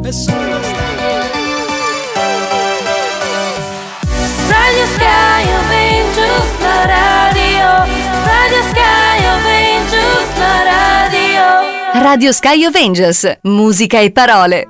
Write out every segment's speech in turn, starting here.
e sono stato. Radio Sky Avengers, la radio. Radio Sky Avengers, la radio. Radio Sky Avengers, musica e parole.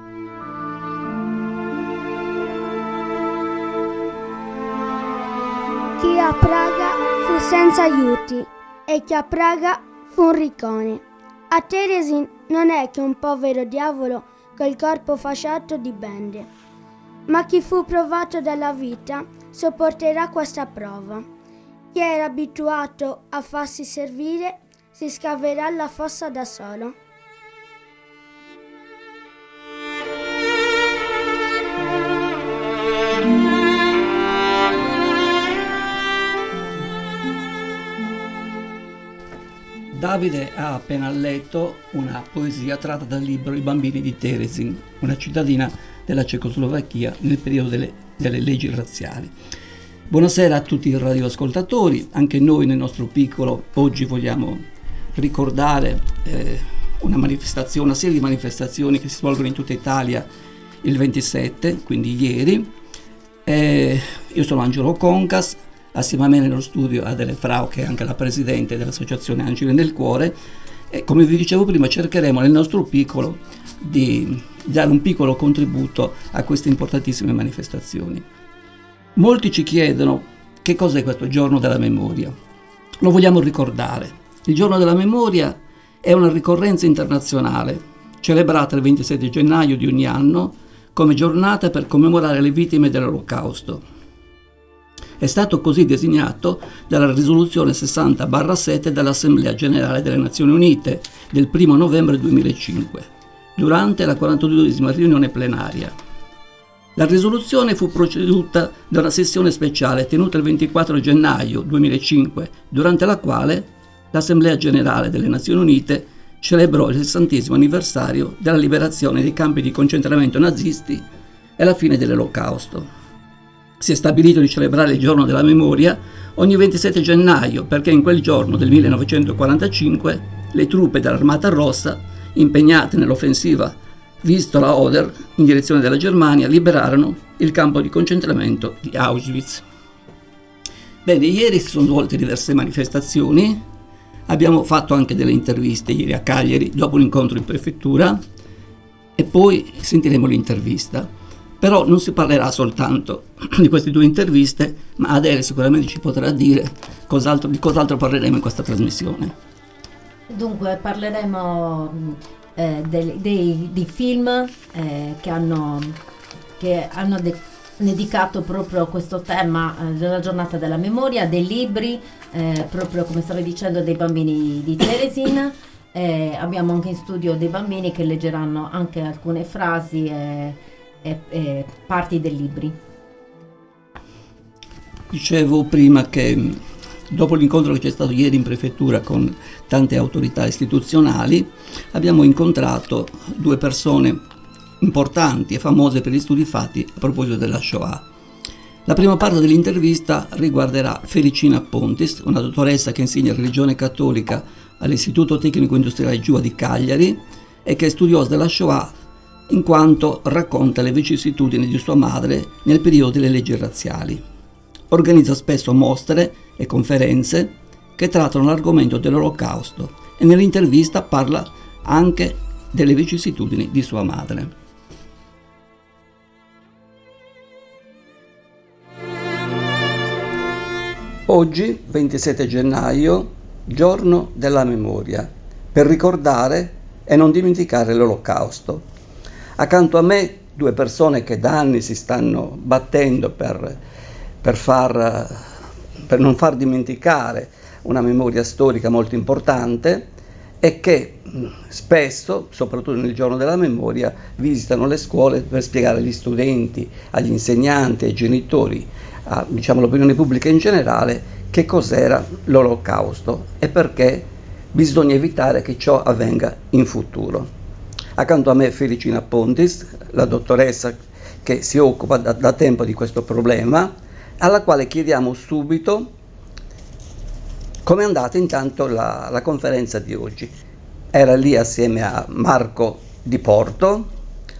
Chi a Praga fu senza aiuti e chi a Praga fu un riccone. A Teresin non è che un povero diavolo col corpo fasciato di bende, ma chi fu provato dalla vita sopporterà questa prova. Chi era abituato a farsi servire si scaverà la fossa da solo. Davide ha appena letto una poesia tratta dal libro I bambini di Teresin, una cittadina della Cecoslovacchia nel periodo delle leggi razziali. Buonasera a tutti i radioascoltatori, anche noi nel nostro piccolo oggi vogliamo ricordare una serie di manifestazioni che si svolgono in tutta Italia il 27, quindi ieri. Io sono Angelo Concas. Assieme a me nello studio Adele Frau, che è anche la presidente dell'associazione Angeli nel Cuore, e come vi dicevo prima cercheremo nel nostro piccolo di dare un piccolo contributo a queste importantissime manifestazioni. Molti ci chiedono che cos'è questo giorno della memoria. Lo vogliamo ricordare. Il giorno della memoria è una ricorrenza internazionale celebrata il 27 gennaio di ogni anno come giornata per commemorare le vittime dell'Olocausto. È stato così designato dalla risoluzione 60/7 dell'Assemblea Generale delle Nazioni Unite del 1 novembre 2005, durante la 42esima riunione plenaria. La risoluzione fu preceduta da una sessione speciale tenuta il 24 gennaio 2005, durante la quale l'Assemblea Generale delle Nazioni Unite celebrò il 60° anniversario della liberazione dei campi di concentramento nazisti e la fine dell'Olocausto. Si è stabilito di celebrare il giorno della memoria ogni 27 gennaio perché in quel giorno del 1945 le truppe dell'Armata Rossa, impegnate nell'offensiva Vistula-Oder in direzione della Germania, liberarono il campo di concentramento di Auschwitz. Bene, ieri si sono svolte diverse manifestazioni, abbiamo fatto anche delle interviste ieri a Cagliari dopo un incontro in prefettura e poi sentiremo l'intervista. Però non si parlerà soltanto di queste due interviste, ma Adele sicuramente ci potrà dire di cos'altro parleremo in questa trasmissione. Dunque parleremo di film che hanno dedicato proprio a questo tema della giornata della memoria, dei libri, proprio come stavi dicendo, dei bambini di Teresin. Abbiamo anche in studio dei bambini che leggeranno anche alcune frasi e parti dei libri. Dicevo prima che dopo l'incontro che c'è stato ieri in prefettura con tante autorità istituzionali abbiamo incontrato due persone importanti e famose per gli studi fatti a proposito della Shoah. La prima parte dell'intervista riguarderà Felicina Pontis, una dottoressa che insegna religione cattolica all'Istituto Tecnico Industriale Giua di Cagliari e che è studiosa della Shoah in quanto racconta le vicissitudini di sua madre nel periodo delle leggi razziali. Organizza spesso mostre e conferenze che trattano l'argomento dell'Olocausto e nell'intervista parla anche delle vicissitudini di sua madre. Oggi, 27 gennaio, giorno della memoria, per ricordare e non dimenticare l'Olocausto. Accanto a me due persone che da anni si stanno battendo per non far dimenticare una memoria storica molto importante e che spesso, soprattutto nel giorno della memoria, visitano le scuole per spiegare agli studenti, agli insegnanti, ai genitori, all'opinione pubblica in generale, che cos'era l'Olocausto e perché bisogna evitare che ciò avvenga in futuro. Accanto a me Felicina Pontis, la dottoressa che si occupa da tempo di questo problema, alla quale chiediamo subito come è andata intanto la conferenza di oggi. Era lì assieme a Marco Di Porto,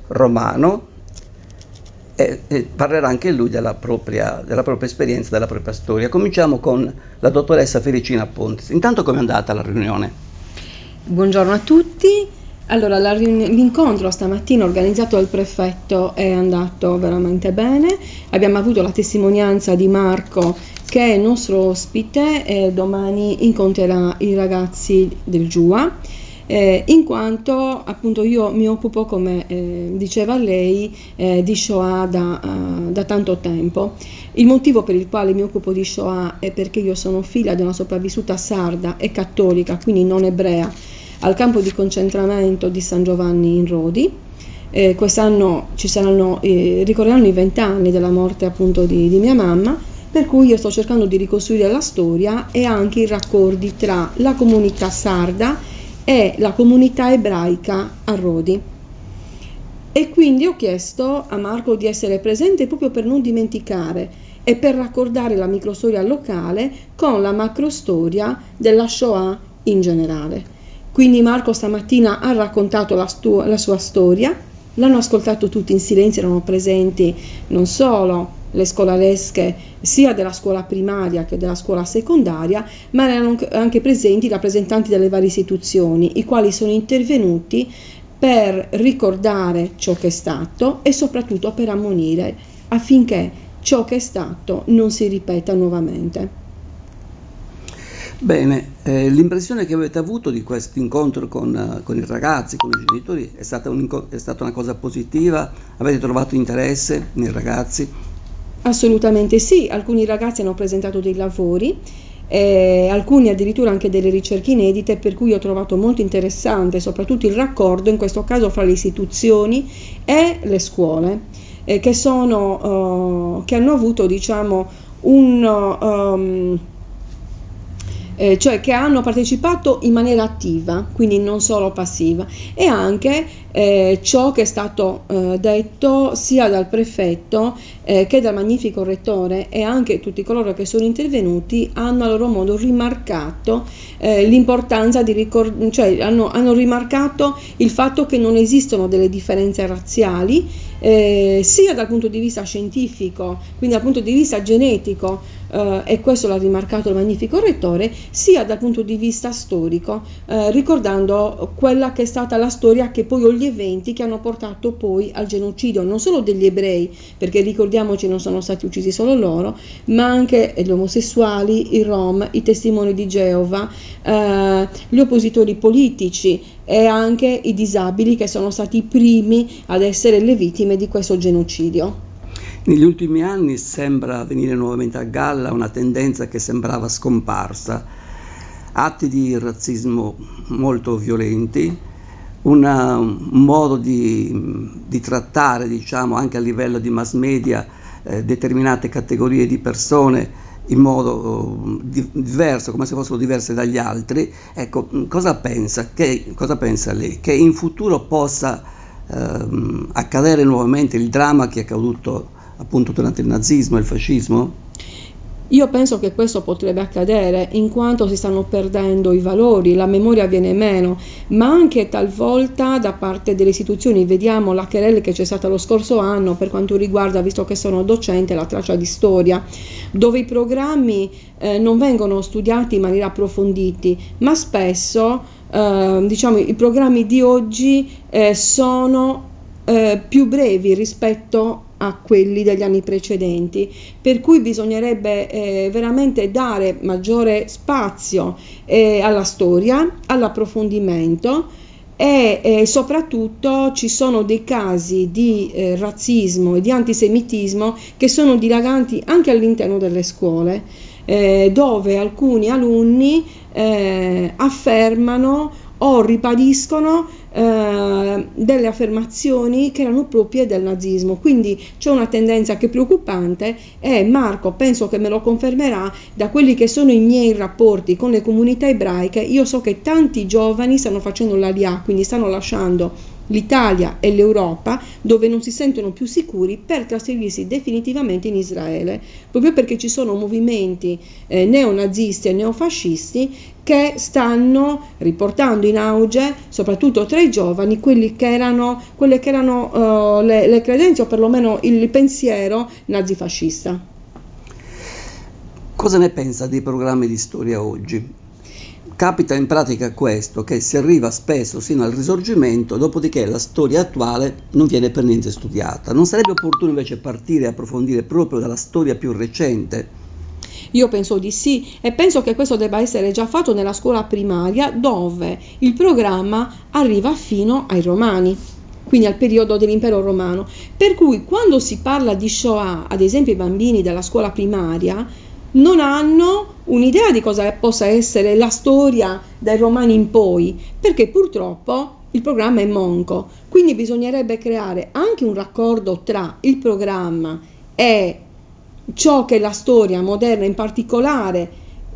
romano, e parlerà anche lui della propria esperienza, della propria storia. Cominciamo con la dottoressa Felicina Pontes. Intanto, com'è andata la riunione? Buongiorno a tutti. Allora, l'incontro stamattina organizzato dal prefetto è andato veramente bene. Abbiamo avuto la testimonianza di Marco, che è il nostro ospite, e domani incontrerà i ragazzi del GIUA. In quanto appunto io mi occupo, come diceva lei, di Shoah da tanto tempo. Il motivo per il quale mi occupo di Shoah è perché io sono figlia di una sopravvissuta sarda e cattolica, quindi non ebrea, al campo di concentramento di San Giovanni in Rodi. Quest'anno ricorreranno i 20 anni della morte appunto di mia mamma, per cui io sto cercando di ricostruire la storia e anche i raccordi tra la comunità sarda e la comunità ebraica a Rodi. E quindi ho chiesto a Marco di essere presente proprio per non dimenticare e per raccordare la microstoria locale con la macrostoria della Shoah in generale. Quindi Marco stamattina ha raccontato la sua storia, l'hanno ascoltato tutti in silenzio, erano presenti non solo le scolaresche sia della scuola primaria che della scuola secondaria, ma erano anche presenti i rappresentanti delle varie istituzioni, i quali sono intervenuti per ricordare ciò che è stato e soprattutto per ammonire affinché ciò che è stato non si ripeta nuovamente. Bene, l'impressione che avete avuto di questo incontro con i ragazzi, con i genitori, è stata una cosa positiva? Avete trovato interesse nei ragazzi? Assolutamente sì, alcuni ragazzi hanno presentato dei lavori, alcuni addirittura anche delle ricerche inedite, per cui ho trovato molto interessante soprattutto il raccordo, in questo caso fra le istituzioni e le scuole, che hanno avuto, diciamo, cioè che hanno partecipato in maniera attiva, quindi non solo passiva, e anche ciò che è stato detto sia dal prefetto che dal magnifico rettore, e anche tutti coloro che sono intervenuti hanno a loro modo rimarcato l'importanza cioè hanno rimarcato il fatto che non esistono delle differenze razziali, sia dal punto di vista scientifico, quindi dal punto di vista genetico, e questo l'ha rimarcato il magnifico rettore, sia dal punto di vista storico, ricordando quella che è stata la storia o gli eventi che hanno portato poi al genocidio non solo degli ebrei, perché ricordiamoci non sono stati uccisi solo loro, ma anche gli omosessuali, i rom, i testimoni di Geova, gli oppositori politici e anche i disabili, che sono stati i primi ad essere le vittime di questo genocidio. Negli ultimi anni sembra venire nuovamente a galla una tendenza che sembrava scomparsa: atti di razzismo molto violenti, un modo di trattare, diciamo, anche a livello di mass media, determinate categorie di persone in modo diverso, come se fossero diverse dagli altri. Ecco, cosa pensa lei? Che in futuro possa accadere nuovamente il dramma che è accaduto appunto durante il nazismo e il fascismo? Io penso che questo potrebbe accadere, in quanto si stanno perdendo i valori, la memoria viene meno, ma anche talvolta da parte delle istituzioni. Vediamo la querela che c'è stata lo scorso anno per quanto riguarda, visto che sono docente, la traccia di storia, dove i programmi non vengono studiati in maniera approfondita, ma spesso diciamo i programmi di oggi sono più brevi rispetto a quelli degli anni precedenti, per cui bisognerebbe veramente dare maggiore spazio alla storia, all'approfondimento, e soprattutto ci sono dei casi di razzismo e di antisemitismo che sono dilaganti anche all'interno delle scuole, dove alcuni alunni affermano o ribadiscono delle affermazioni che erano proprie del nazismo. Quindi c'è una tendenza che è preoccupante, e Marco penso che me lo confermerà. Da quelli che sono i miei rapporti con le comunità ebraiche, io so che tanti giovani stanno facendo l'Aliyah, quindi stanno lasciando l'Italia e l'Europa, dove non si sentono più sicuri, per trasferirsi definitivamente in Israele, proprio perché ci sono movimenti neonazisti e neofascisti che stanno riportando in auge, soprattutto tra i giovani, quelle che erano le credenze, o perlomeno il pensiero nazifascista. Cosa ne pensa dei programmi di storia oggi? Capita in pratica questo, che si arriva spesso sino al Risorgimento, dopodiché la storia attuale non viene per niente studiata. Non sarebbe opportuno invece partire e approfondire proprio dalla storia più recente? Io penso di sì, e penso che questo debba essere già fatto nella scuola primaria, dove il programma arriva fino ai Romani, quindi al periodo dell'impero romano. Per cui quando si parla di Shoah, ad esempio i bambini della scuola primaria non hanno un'idea di cosa possa essere la storia dai Romani in poi, perché purtroppo il programma è monco. Quindi bisognerebbe creare anche un raccordo tra il programma e ciò che è la storia moderna, in particolare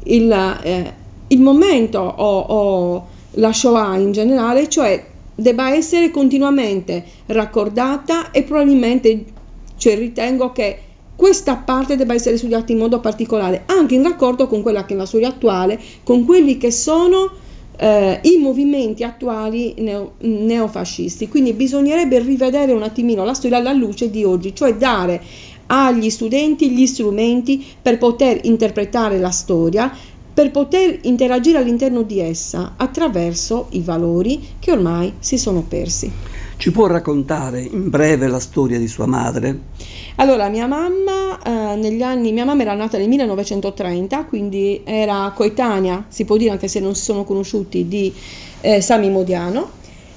il momento o la Shoah in generale, cioè debba essere continuamente raccordata, e probabilmente, cioè, ritengo che questa parte debba essere studiata in modo particolare, anche in raccordo con quella che è la storia attuale, con quelli che sono i movimenti attuali neofascisti. Quindi bisognerebbe rivedere un attimino la storia alla luce di oggi, cioè dare agli studenti gli strumenti per poter interpretare la storia, per poter interagire all'interno di essa attraverso i valori che ormai si sono persi. Ci può raccontare in breve la storia di sua madre? Allora, mia mamma era nata nel 1930, quindi era coetanea, si può dire, anche se non si sono conosciuti, di Sami Modiano,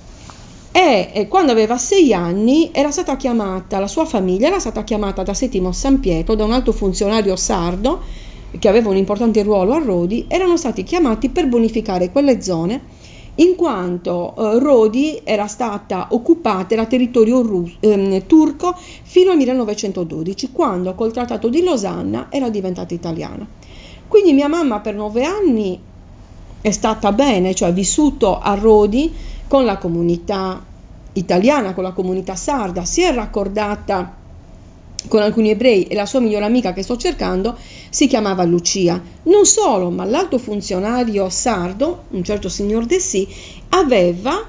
e quando aveva 6 anni la sua famiglia era stata chiamata da Settimo San Pietro, da un alto funzionario sardo che aveva un importante ruolo a Rodi. Erano stati chiamati per bonificare quelle zone, in quanto Rodi era stata occupata, era territorio turco fino al 1912, quando col Trattato di Losanna era diventata italiana. Quindi mia mamma per 9 anni è stata bene, cioè ha vissuto a Rodi con la comunità italiana, con la comunità sarda, si è raccordata con alcuni ebrei, e la sua migliore amica, che sto cercando, si chiamava Lucia. Non solo, ma l'alto funzionario sardo, un certo signor Dessì, aveva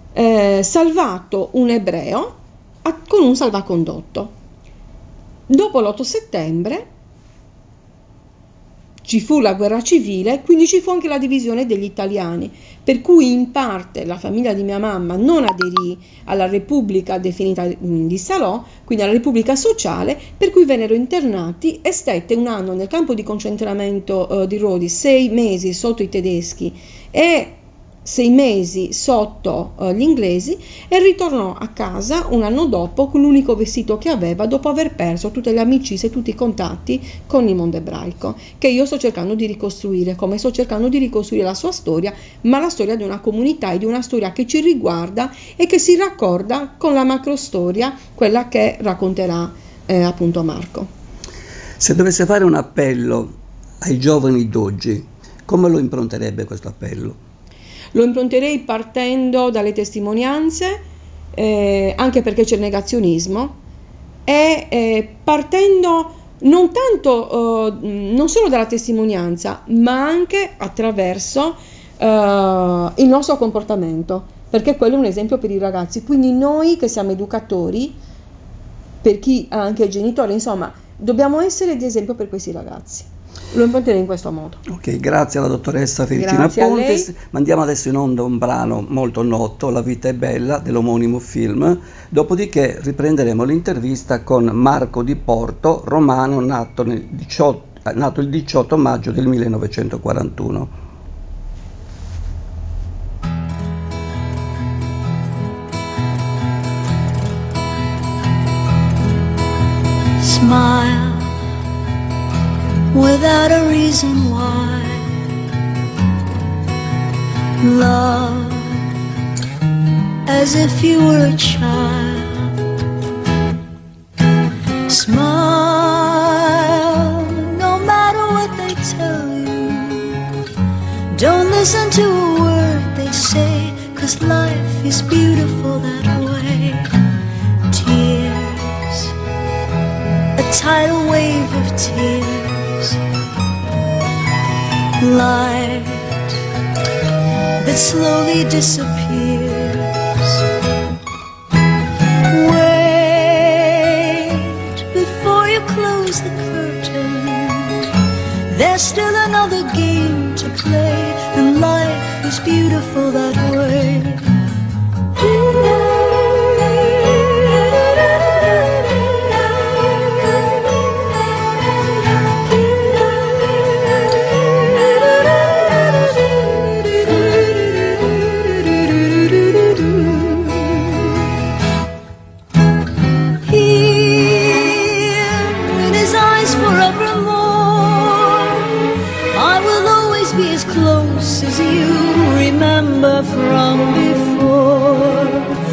salvato un ebreo con un salvacondotto. Dopo l'8 settembre ci fu la guerra civile, quindi ci fu anche la divisione degli italiani, per cui in parte la famiglia di mia mamma non aderì alla Repubblica definita di Salò, quindi alla Repubblica Sociale, per cui vennero internati, e stette un anno nel campo di concentramento di Rodi, 6 mesi sotto i tedeschi e 6 mesi sotto gli inglesi, e ritornò a casa un anno dopo con l'unico vestito che aveva, dopo aver perso tutte le amicizie e tutti i contatti con il mondo ebraico, che io sto cercando di ricostruire, come sto cercando di ricostruire la sua storia, ma la storia di una comunità e di una storia che ci riguarda e che si raccorda con la macrostoria, quella che racconterà appunto Marco. Se dovesse fare un appello ai giovani d'oggi, come lo impronterebbe questo appello? Lo impronterei partendo dalle testimonianze, anche perché c'è il negazionismo, e partendo non solo dalla testimonianza, ma anche attraverso il nostro comportamento, perché quello è un esempio per i ragazzi. Quindi noi che siamo educatori, per chi ha anche genitori, insomma, dobbiamo essere di esempio per questi ragazzi. Lo impronterei in questo modo. Ok, grazie alla dottoressa Felicia Pontes. Mandiamo adesso in onda un brano molto noto, La vita è bella, dell'omonimo film. Dopodiché riprenderemo l'intervista con Marco Di Porto, romano nato il 18 maggio del 1941. Smile without a reason why. Love as if you were a child. Smile no matter what they tell you. Don't listen to a word they say, 'cause life is beautiful that way. tidal wave of tears. Light that slowly disappears. Wait before you close the curtain. There's still another game to play, and life is beautiful that way. As you remember from before.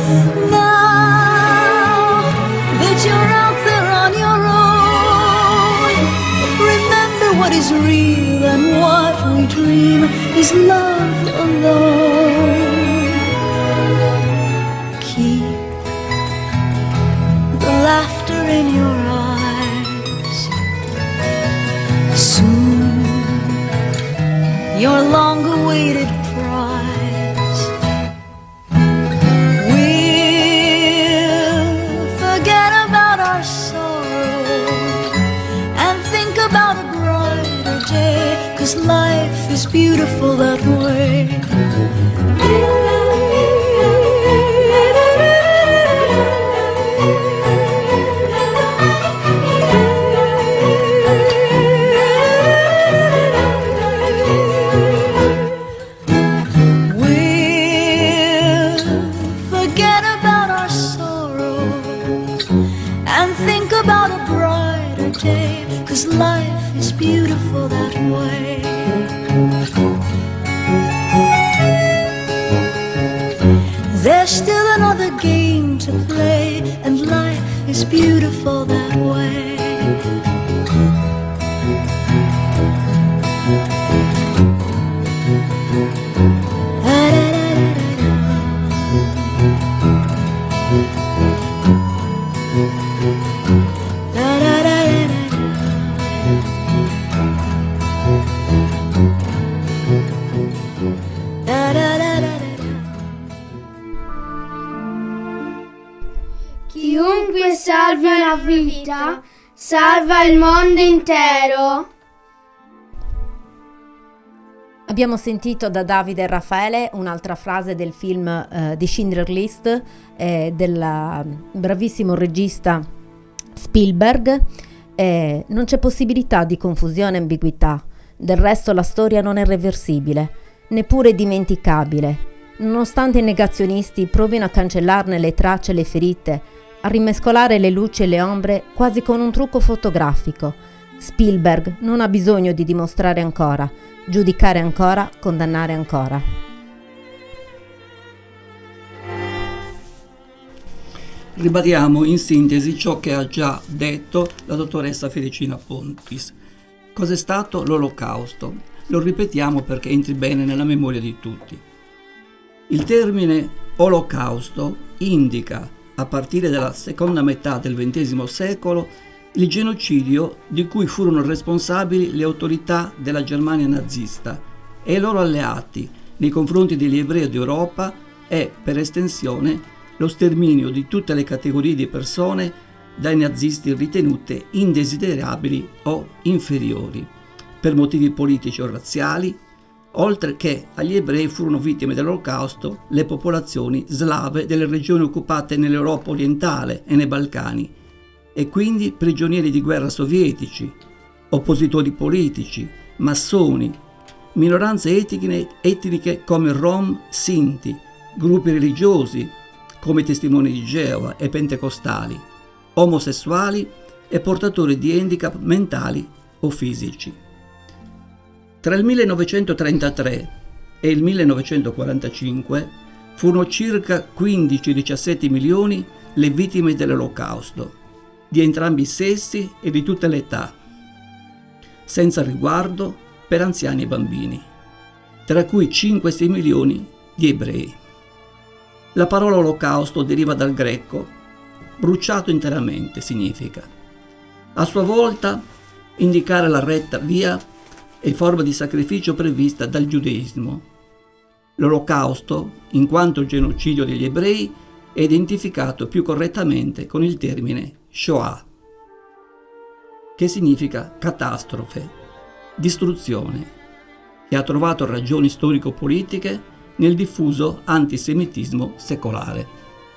Now that you're out there on your own, remember what is real and what we dream is love alone. Keep the laughter in your eyes. Soon your long-awaited prize we'll forget about our sorrow and think about a brighter day, 'cause life is beautiful that way. About a brighter day, 'cause life is beautiful that way. There's still another game to play, and life is beautiful that way. Chiunque salvi una vita, salva il mondo intero. Abbiamo sentito da Davide e Raffaele un'altra frase del film di Schindler List del bravissimo regista Spielberg. Non c'è possibilità di confusione e ambiguità, del resto la storia non è reversibile, neppure dimenticabile. Nonostante i negazionisti provino a cancellarne le tracce e le ferite, a rimescolare le luci e le ombre quasi con un trucco fotografico, Spielberg non ha bisogno di dimostrare ancora, giudicare ancora, condannare ancora. Ribadiamo in sintesi ciò che ha già detto la dottoressa Felicina Pontis. Cos'è stato l'Olocausto? Lo ripetiamo perché entri bene nella memoria di tutti. Il termine Olocausto indica, a partire dalla seconda metà del XX secolo, il genocidio di cui furono responsabili le autorità della Germania nazista e i loro alleati nei confronti degli ebrei d'Europa e, per estensione, lo sterminio di tutte le categorie di persone dai nazisti ritenute indesiderabili o inferiori, per motivi politici o razziali, oltre che agli ebrei furono vittime dell'Olocausto le popolazioni slave delle regioni occupate nell'Europa orientale e nei Balcani, e quindi prigionieri di guerra sovietici, oppositori politici, massoni, minoranze etniche come Rom, Sinti, gruppi religiosi come i testimoni di Geova e pentecostali, omosessuali e portatori di handicap mentali o fisici. Tra il 1933 e il 1945 furono circa 15-17 milioni le vittime dell'Olocausto, di entrambi i sessi e di tutte le età, senza riguardo per anziani e bambini, tra cui 5-6 milioni di ebrei. La parola Olocausto deriva dal greco, bruciato interamente significa. a sua volta indicare la retta via e forma di sacrificio prevista dal giudaismo. L'Olocausto, in quanto genocidio degli ebrei, è identificato più correttamente con il termine Shoah, che significa catastrofe, distruzione, che ha trovato ragioni storico-politiche nel diffuso antisemitismo secolare.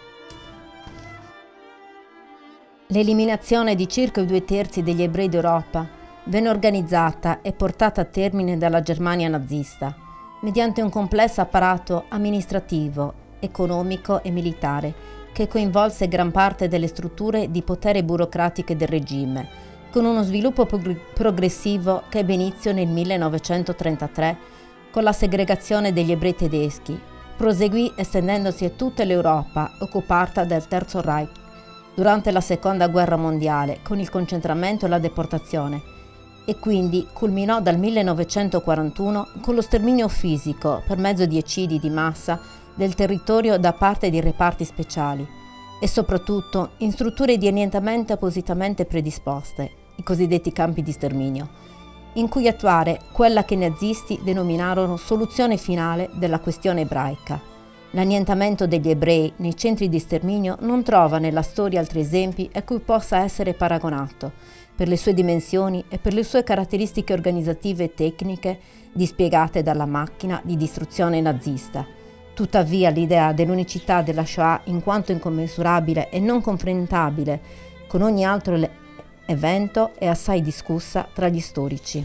L'eliminazione di circa 2/3 degli ebrei d'Europa venne organizzata e portata a termine dalla Germania nazista, mediante un complesso apparato amministrativo, economico e militare che coinvolse gran parte delle strutture di potere burocratiche del regime, con uno sviluppo progressivo che ebbe inizio nel 1933 con la segregazione degli ebrei tedeschi, proseguì estendendosi a tutta l'Europa occupata dal Terzo Reich durante la Seconda Guerra Mondiale con il concentramento e la deportazione, e quindi culminò dal 1941 con lo sterminio fisico per mezzo di eccidi di massa del territorio da parte di reparti speciali e soprattutto in strutture di annientamento appositamente predisposte, i cosiddetti campi di sterminio, in cui attuare quella che i nazisti denominarono soluzione finale della questione ebraica. L'annientamento degli ebrei nei centri di sterminio non trova nella storia altri esempi a cui possa essere paragonato, per le sue dimensioni e per le sue caratteristiche organizzative e tecniche dispiegate dalla macchina di distruzione nazista. Tuttavia l'idea dell'unicità della Shoah in quanto incommensurabile e non confrontabile con ogni altro evento è assai discussa tra gli storici.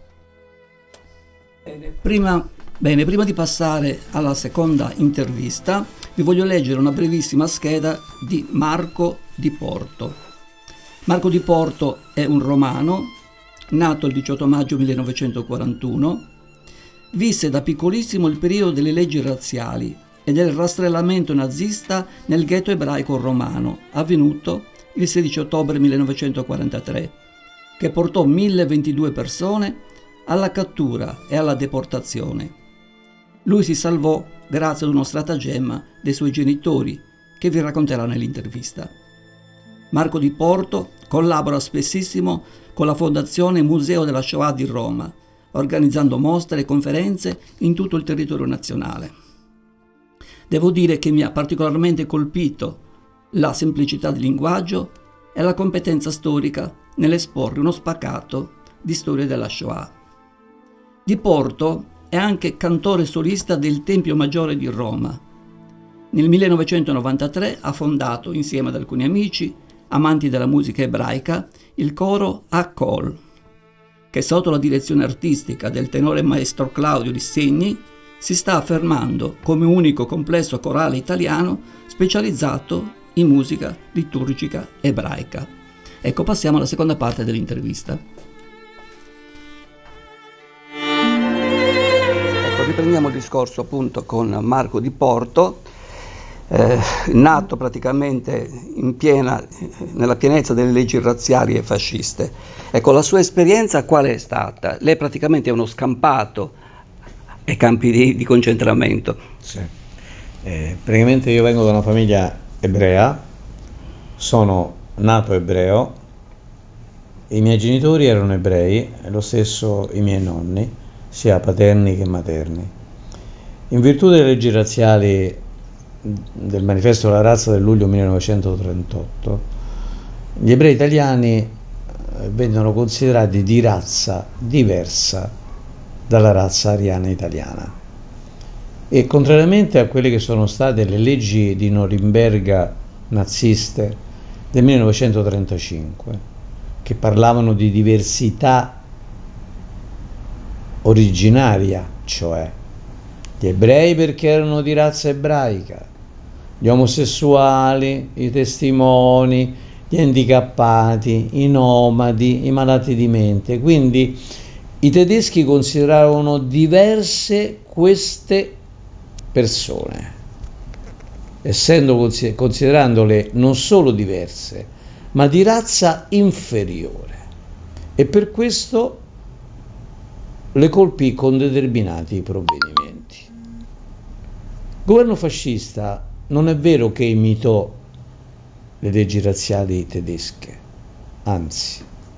Prima di passare alla seconda intervista, vi voglio leggere una brevissima scheda di Marco di Porto. Marco di Porto è un romano, nato il 18 maggio 1941, visse da piccolissimo il periodo delle leggi razziali e del rastrellamento nazista nel ghetto ebraico romano, avvenuto il 16 ottobre 1943, che portò 1022 persone alla cattura e alla deportazione. Lui si salvò grazie ad uno stratagemma dei suoi genitori, che vi racconterà nell'intervista. Marco di Porto collabora spessissimo con la Fondazione Museo della Shoah di Roma, organizzando mostre e conferenze in tutto il territorio nazionale. Devo dire che mi ha particolarmente colpito la semplicità di linguaggio e la competenza storica nell'esporre uno spaccato di storia della Shoah. Di Porto è anche cantore solista del Tempio Maggiore di Roma. Nel 1993 ha fondato, insieme ad alcuni amici, amanti della musica ebraica, il coro Hakol, che sotto la direzione artistica del tenore maestro Claudio Di Segni si sta affermando come unico complesso corale italiano specializzato in musica liturgica ebraica. Ecco, passiamo alla seconda parte dell'intervista. Ecco, riprendiamo il discorso appunto con Marco Di Porto, nato praticamente nella pienezza delle leggi razziali e fasciste. Ecco, la sua esperienza qual è stata? Lei praticamente è uno scampato ai campi di concentramento. Sì. Praticamente io vengo da una famiglia ebrea, sono nato ebreo, i miei genitori erano ebrei, e lo stesso i miei nonni, sia paterni che materni. In virtù delle leggi razziali del manifesto della razza del luglio 1938, gli ebrei italiani vennero considerati di razza diversa dalla razza ariana italiana, e contrariamente a quelle che sono state le leggi di Norimberga naziste del 1935, che parlavano di diversità originaria, cioè gli ebrei perché erano di razza ebraica, gli omosessuali, i testimoni, gli handicappati, i nomadi, i malati di mente. Quindi i tedeschi consideravano diverse queste persone, considerandole non solo diverse, ma di razza inferiore, e per questo le colpì con determinati provvedimenti. Il governo fascista non è vero che imitò le leggi razziali tedesche, anzi,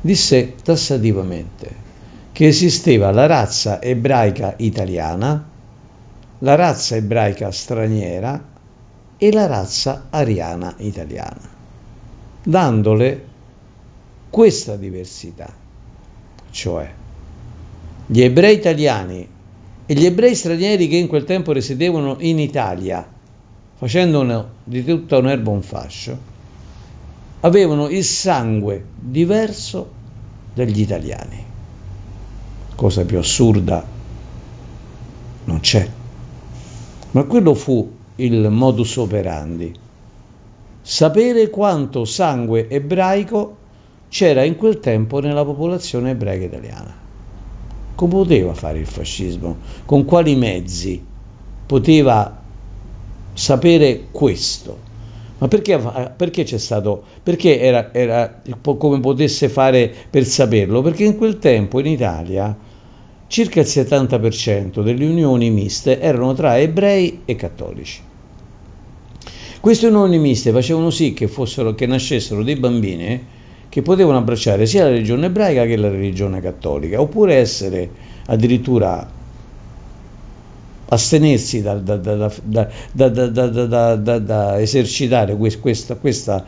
disse tassativamente che esisteva la razza ebraica italiana, la razza ebraica straniera e la razza ariana italiana, dandole questa diversità, cioè gli ebrei italiani e gli ebrei stranieri che in quel tempo risiedevano in Italia, facendo di tutta un'erba un fascio, avevano il sangue diverso dagli italiani. Cosa più assurda non c'è. Ma quello fu il modus operandi. Sapere quanto sangue ebraico c'era in quel tempo nella popolazione ebraica italiana. Come poteva fare il fascismo? Con quali mezzi poteva sapere questo? Ma perché c'è stato? Perché era come potesse fare per saperlo? Perché in quel tempo in Italia circa il 70% delle unioni miste erano tra ebrei e cattolici. Queste unioni miste facevano sì che nascessero dei bambini che potevano abbracciare sia la religione ebraica che la religione cattolica, oppure essere addirittura astenersi da esercitare questa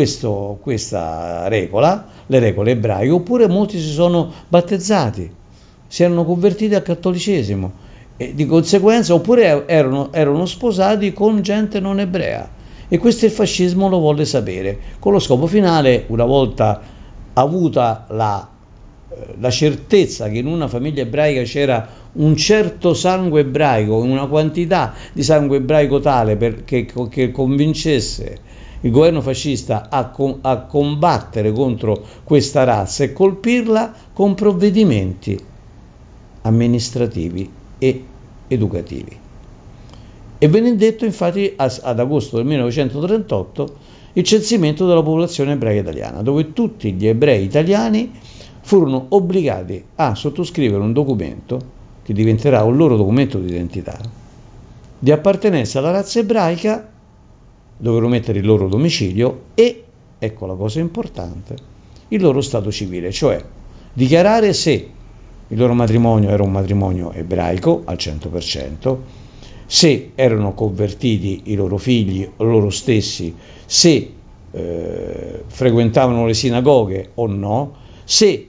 regola, le regole ebraiche, oppure molti si sono battezzati, si erano convertiti al cattolicesimo e di conseguenza, oppure erano sposati con gente non ebrea. E questo il fascismo lo volle sapere, con lo scopo finale, una volta avuta la certezza che in una famiglia ebraica c'era un certo sangue ebraico, una quantità di sangue ebraico tale che convincesse il governo fascista a combattere contro questa razza e colpirla con provvedimenti amministrativi e educativi. E venne detto infatti ad agosto del 1938 il censimento della popolazione ebraica italiana, dove tutti gli ebrei italiani furono obbligati a sottoscrivere un documento che diventerà un loro documento di identità di appartenenza alla razza ebraica, dovevano mettere il loro domicilio e, ecco la cosa importante, il loro stato civile, cioè dichiarare se il loro matrimonio era un matrimonio ebraico al 100%, se erano convertiti i loro figli o loro stessi, se frequentavano le sinagoghe o no, se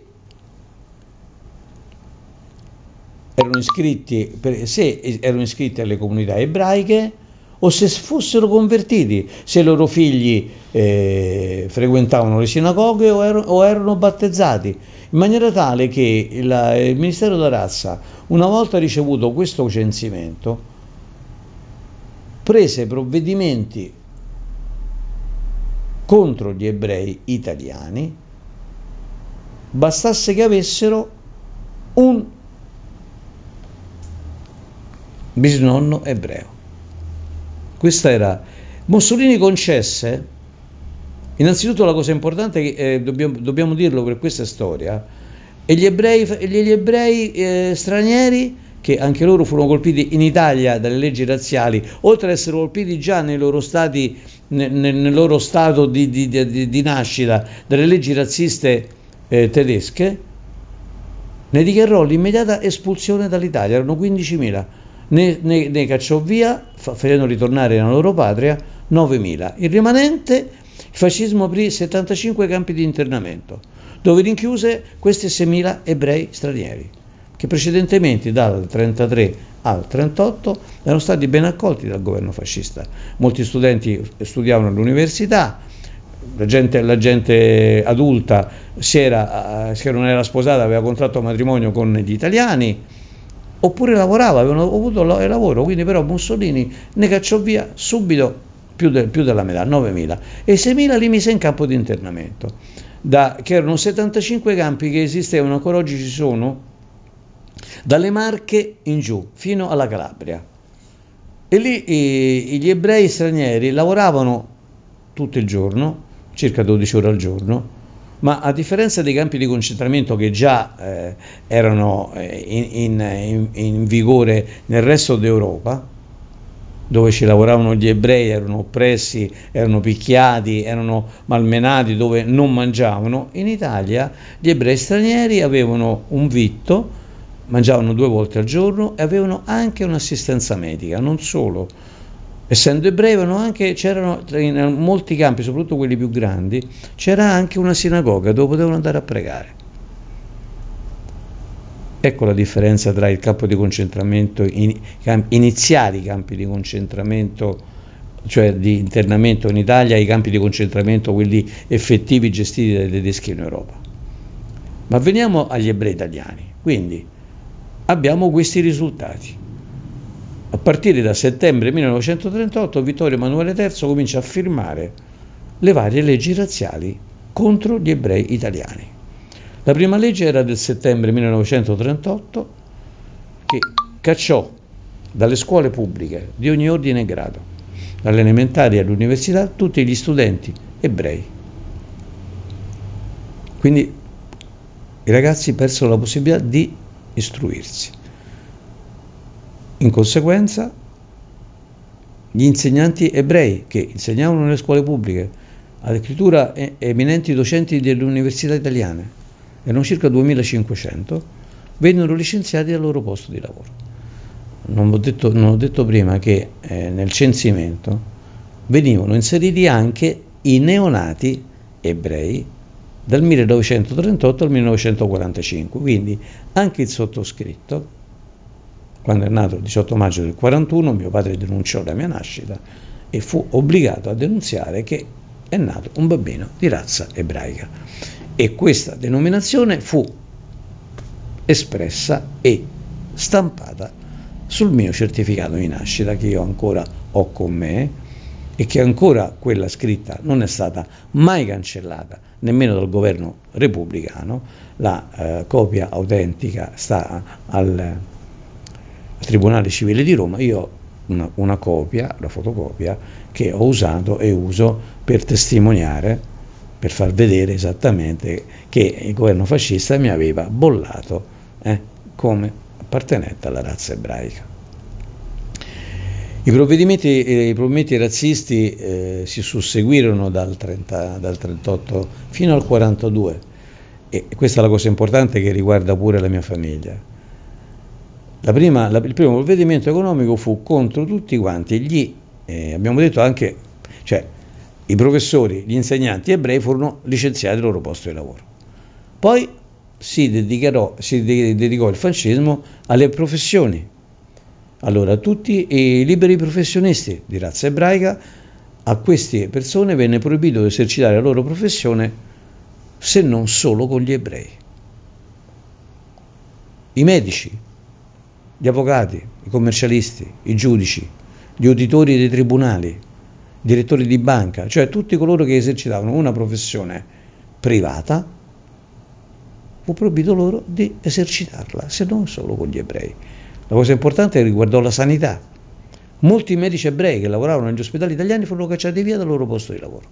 erano iscritti alle comunità ebraiche o se fossero convertiti, se i loro figli frequentavano le sinagoghe o erano battezzati, in maniera tale che il Ministero della Razza, una volta ricevuto questo censimento, prese provvedimenti contro gli ebrei italiani, bastasse che avessero un bisnonno ebreo. Questa era. Mussolini concesse, innanzitutto la cosa importante che dobbiamo dirlo per questa storia, e gli ebrei stranieri, che anche loro furono colpiti in Italia dalle leggi razziali, oltre ad essere colpiti già nei loro stati, nel loro stato di nascita dalle leggi razziste tedesche, ne dichiarò l'immediata espulsione dall'Italia. Erano 15.000, ne cacciò via, facendo ritornare nella loro patria 9.000. Il rimanente, il fascismo aprì 75 campi di internamento, dove rinchiuse questi 6.000 ebrei stranieri, che precedentemente dal 33 al 38 erano stati ben accolti dal governo fascista. Molti studenti studiavano all'università, la gente adulta se non era sposata aveva contratto matrimonio con gli italiani, oppure lavorava, avevano avuto il lavoro, quindi però Mussolini ne cacciò via subito più della metà, 9.000, e 6.000 li mise in campo di internamento, che erano 75 campi che esistevano, ancora oggi ci sono, dalle Marche in giù fino alla Calabria. E lì gli ebrei stranieri lavoravano tutto il giorno, circa 12 ore al giorno, ma a differenza dei campi di concentramento che già erano in vigore nel resto d'Europa, dove ci lavoravano gli ebrei, erano oppressi, erano picchiati, erano malmenati, dove non mangiavano. In Italia gli ebrei stranieri avevano un vitto, mangiavano 2 volte al giorno e avevano anche un'assistenza medica. Non solo, essendo ebrei c'erano in molti campi, soprattutto quelli più grandi, c'era anche una sinagoga dove potevano andare a pregare. Ecco la differenza tra il campo di concentramento, iniziali campi di concentramento, cioè di internamento in Italia, e i campi di concentramento, quelli effettivi gestiti dai tedeschi in Europa. Ma veniamo agli ebrei italiani. Quindi abbiamo questi risultati. A partire da settembre 1938 Vittorio Emanuele III comincia a firmare le varie leggi razziali contro gli ebrei italiani. La prima legge era del settembre 1938, che cacciò dalle scuole pubbliche di ogni ordine e grado, dalle elementari all'università, tutti gli studenti ebrei. Quindi i ragazzi persero la possibilità di istruirsi. In conseguenza, gli insegnanti ebrei che insegnavano nelle scuole pubbliche ad scrittura eminenti docenti delle università italiane, erano circa 2500, vennero licenziati dal loro posto di lavoro. Non ho detto prima che nel censimento venivano inseriti anche i neonati ebrei dal 1938 al 1945, quindi anche il sottoscritto, quando è nato il 18 maggio del 41, mio padre denunciò la mia nascita e fu obbligato a denunziare che è nato un bambino di razza ebraica. E questa denominazione fu espressa e stampata sul mio certificato di nascita, che io ancora ho con me e che ancora quella scritta non è stata mai cancellata nemmeno dal governo repubblicano. La copia autentica sta al Tribunale Civile di Roma. Io ho una copia, la fotocopia, che ho usato e uso per testimoniare, per far vedere esattamente che il governo fascista mi aveva bollato come appartenente alla razza ebraica. I provvedimenti razzisti si susseguirono dal 38 fino al 42, e questa è la cosa importante che riguarda pure la mia famiglia. Il primo provvedimento economico fu contro tutti quanti abbiamo detto anche, cioè i professori, gli insegnanti ebrei furono licenziati dal loro posto di lavoro. Poi si dedicò il fascismo alle professioni. Allora tutti i liberi professionisti di razza ebraica, a queste persone venne proibito di esercitare la loro professione se non solo con gli ebrei. I medici, gli avvocati, i commercialisti, i giudici, gli uditori dei tribunali, direttori di banca, cioè tutti coloro che esercitavano una professione privata, fu proibito loro di esercitarla, se non solo con gli ebrei. La cosa importante riguardò la sanità. Molti medici ebrei che lavoravano negli ospedali italiani furono cacciati via dal loro posto di lavoro.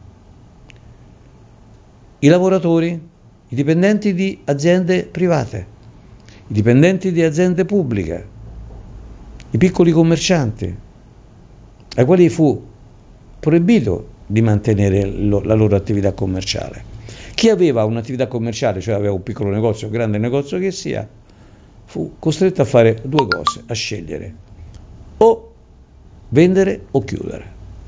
I lavoratori, i dipendenti di aziende private, i dipendenti di aziende pubbliche, i piccoli commercianti, ai quali fu proibito di mantenere la loro attività commerciale. Chi aveva un'attività commerciale, cioè aveva un piccolo negozio, un grande negozio che sia, fu costretto a fare 2 cose, a scegliere: o vendere o chiudere.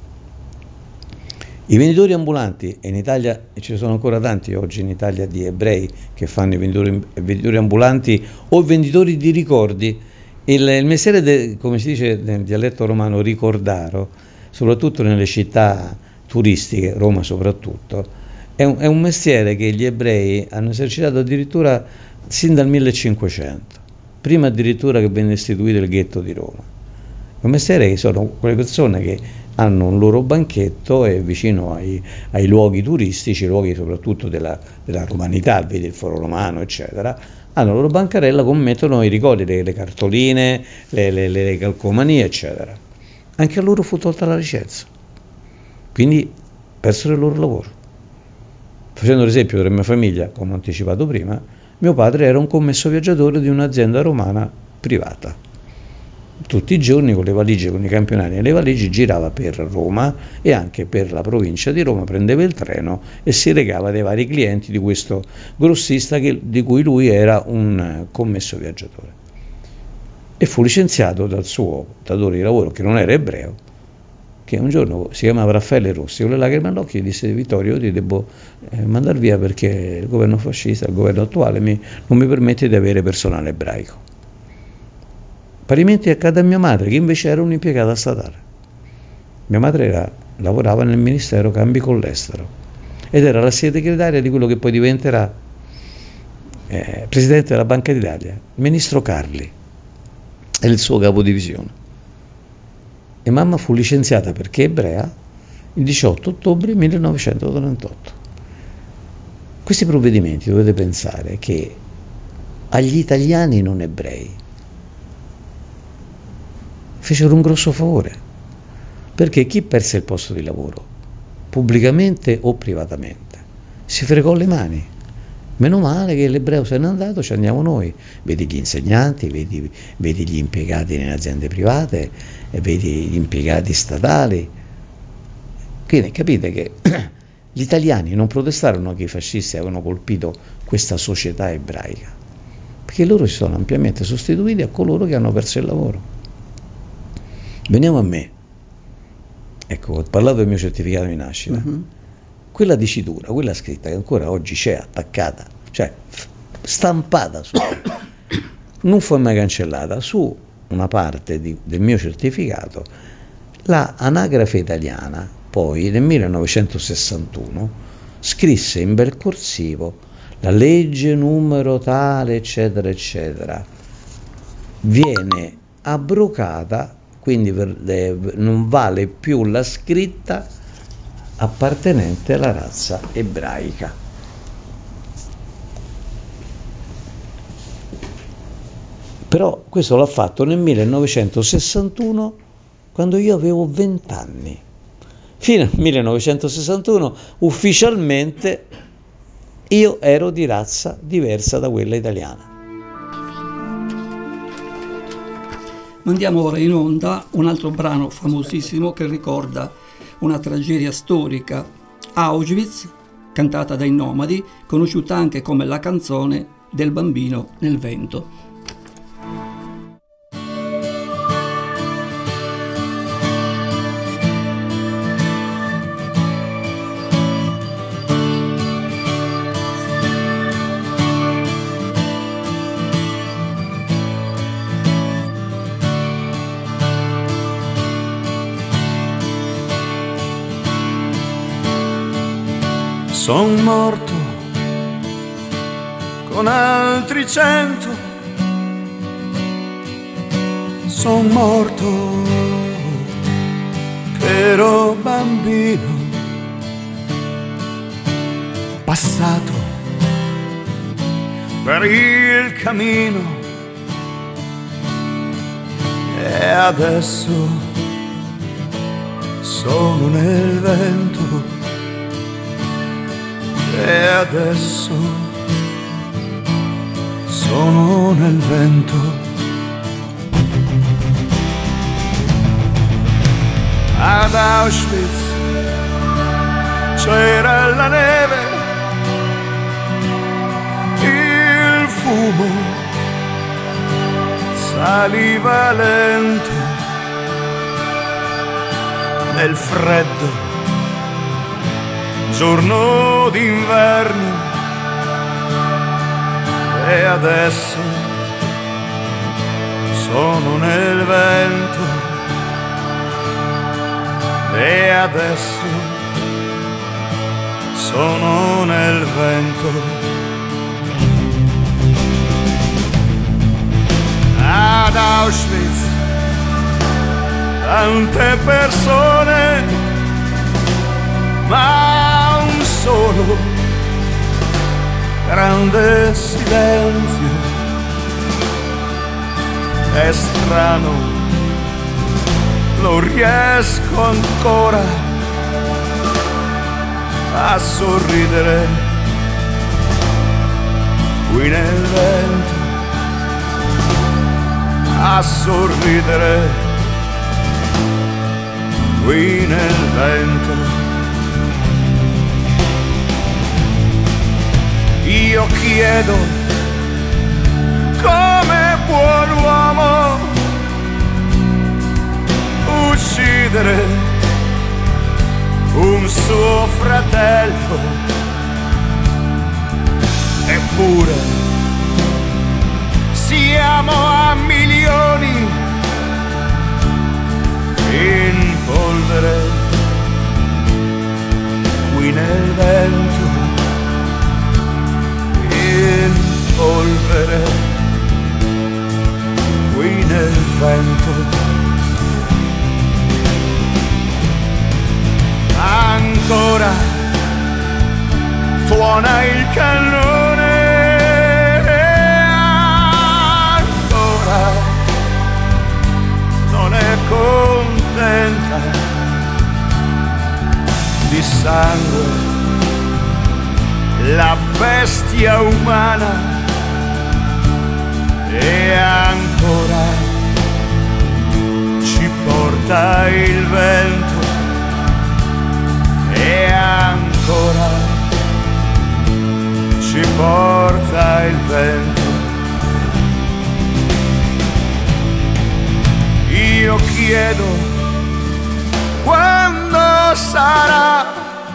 I venditori ambulanti, e in Italia ce ne sono ancora tanti oggi in Italia di ebrei che fanno i venditori ambulanti o i venditori di ricordi. Il mestiere, come si dice nel dialetto romano, ricordaro, soprattutto nelle città turistiche, Roma soprattutto, è un mestiere che gli ebrei hanno esercitato addirittura sin dal 1500, prima addirittura che venne istituito il ghetto di Roma. È un mestiere che sono quelle persone che hanno un loro banchetto e vicino ai luoghi turistici, luoghi soprattutto della romanità, vedi il Foro Romano, eccetera, hanno la loro bancarella, commettono i ricordi, le cartoline, le calcomanie, eccetera. Anche a loro fu tolta la licenza, quindi persero il loro lavoro. Facendo l'esempio della mia famiglia, come ho anticipato prima, mio padre era un commesso viaggiatore di un'azienda romana privata. tutti i giorni con le valigie, con i campionari e le valigie, girava per Roma e anche per la provincia di Roma, prendeva il treno e si recava dai vari clienti di questo grossista di cui lui era un commesso viaggiatore. E fu licenziato dal suo datore di lavoro, che non era ebreo, che un giorno si chiamava Raffaele Rossi, con le lacrime all'occhio, gli disse: Vittorio, io ti devo mandare via perché il governo fascista, il governo attuale, non mi permette di avere personale ebraico. Parimenti accade a mia madre, che invece era un'impiegata statale. Mia madre lavorava nel Ministero Cambi con l'Estero ed era la segretaria di quello che poi diventerà presidente della Banca d'Italia, il ministro Carli, era il suo capodivisione. E mamma fu licenziata perché ebrea il 18 ottobre 1938. Questi provvedimenti, dovete pensare che agli italiani non ebrei fecero un grosso favore, perché chi perse il posto di lavoro, pubblicamente o privatamente, si fregò le mani. Meno male che l'ebreo se n'è andato, ci andiamo noi. Vedi gli insegnanti, vedi gli impiegati nelle aziende private, e vedi gli impiegati statali. Quindi capite che gli italiani non protestarono che i fascisti avevano colpito questa società ebraica, perché loro si sono ampiamente sostituiti a coloro che hanno perso il lavoro. Veniamo a me. Ecco, ho parlato del mio certificato di nascita. Quella dicitura, quella scritta che ancora oggi c'è attaccata, cioè stampata su, non fu mai cancellata, su una parte del mio certificato, la anagrafe italiana poi nel 1961 scrisse in bel corsivo: la legge numero tale eccetera eccetera viene abrogata, quindi non vale più la scritta appartenente alla razza ebraica. Però questo l'ha fatto nel 1961, quando io avevo 20 anni. Fino al 1961 ufficialmente io ero di razza diversa da quella italiana. Mandiamo ora in onda un altro brano famosissimo che ricorda una tragedia storica, Auschwitz, cantata dai Nomadi, conosciuta anche come la canzone del bambino nel vento. Son morto con altri 100, son morto che ero bambino, passato per il cammino e adesso sono nel vento. E adesso sono nel vento. Ad Auschwitz c'era la neve, il fumo saliva lento nel freddo giorno d'inverno. E adesso sono nel vento. E adesso sono nel vento. Ad Auschwitz tante persone, ma un solo grande silenzio. È strano, non riesco ancora a sorridere qui nel vento. a sorridere qui nel vento. Io chiedo come buon uomo uccidere un suo fratello, eppure siamo a milioni in polvere qui nel vento, in polvere qui nel vento. Ancora suona il cannone, ancora non è contenta di sangue la bestia umana, e ancora ci porta il vento, e ancora ci porta il vento. Io chiedo quando sarà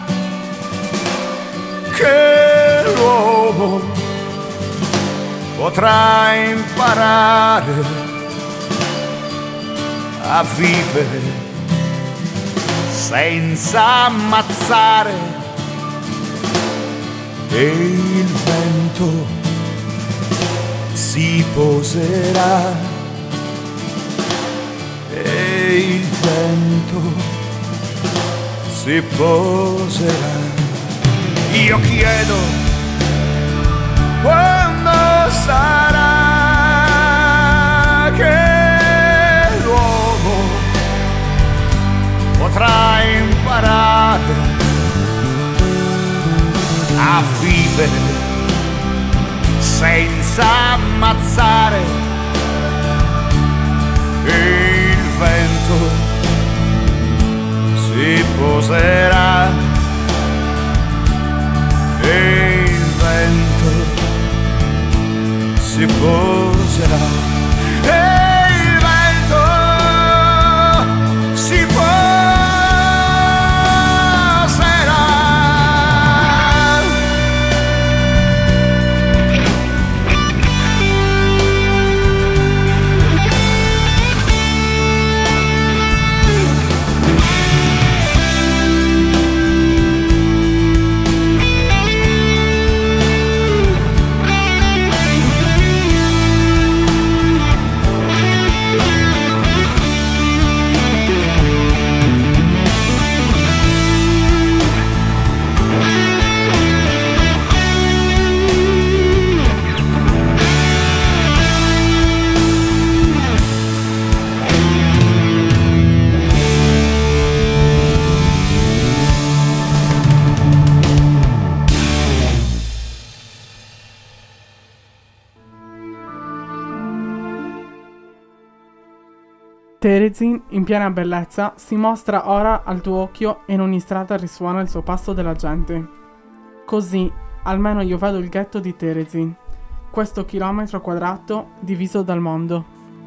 che l'uomo potrà imparare a vivere senza ammazzare, e il vento si poserà, e il vento si poserà. Io chiedo quando sarà che l'uomo potrà imparare a vivere senza ammazzare, e il vento si poserà, e il vento si poserà, e il vento si poserà. Terezin, in piena bellezza, si mostra ora al tuo occhio e in ogni strada risuona il suo passo della gente. Così, almeno io vedo il ghetto di Terezin, questo chilometro quadrato diviso dal mondo.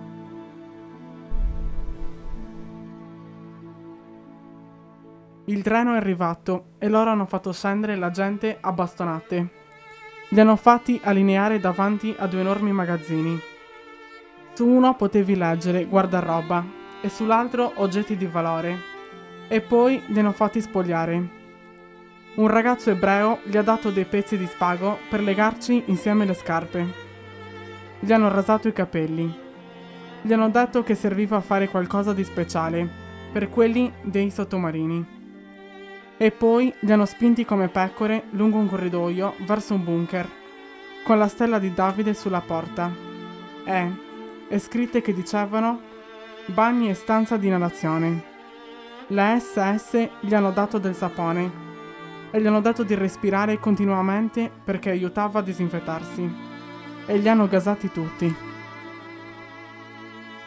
Il treno è arrivato e loro hanno fatto scendere la gente a bastonate. Li hanno fatti allineare davanti a 2 enormi magazzini. Su uno potevi leggere guardaroba e sull'altro oggetti di valore, e poi li hanno fatti spogliare. Un ragazzo ebreo gli ha dato dei pezzi di spago per legarci insieme le scarpe. Gli hanno rasato i capelli. Gli hanno detto che serviva a fare qualcosa di speciale per quelli dei sottomarini. E poi li hanno spinti come pecore lungo un corridoio verso un bunker, con la stella di Davide sulla porta. E scritte che dicevano bagni e stanza di inalazione. Le SS gli hanno dato del sapone e gli hanno detto di respirare continuamente perché aiutava a disinfettarsi, e li hanno gasati tutti.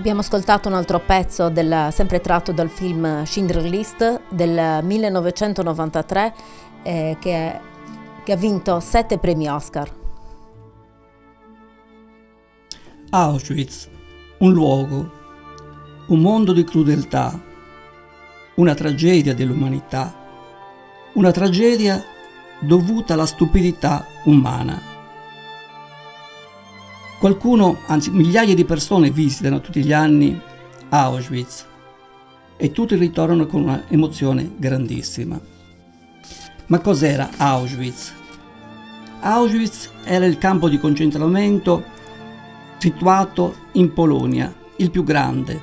Abbiamo ascoltato un altro pezzo sempre tratto dal film Schindler's List del 1993 che ha vinto 7 premi Oscar. Auschwitz, un luogo, un mondo di crudeltà, una tragedia dell'umanità, una tragedia dovuta alla stupidità umana. Qualcuno, anzi migliaia di persone visitano tutti gli anni Auschwitz e tutti ritornano con una emozione grandissima. Ma cos'era Auschwitz? Auschwitz era il campo di concentramento situato in Polonia, il più grande.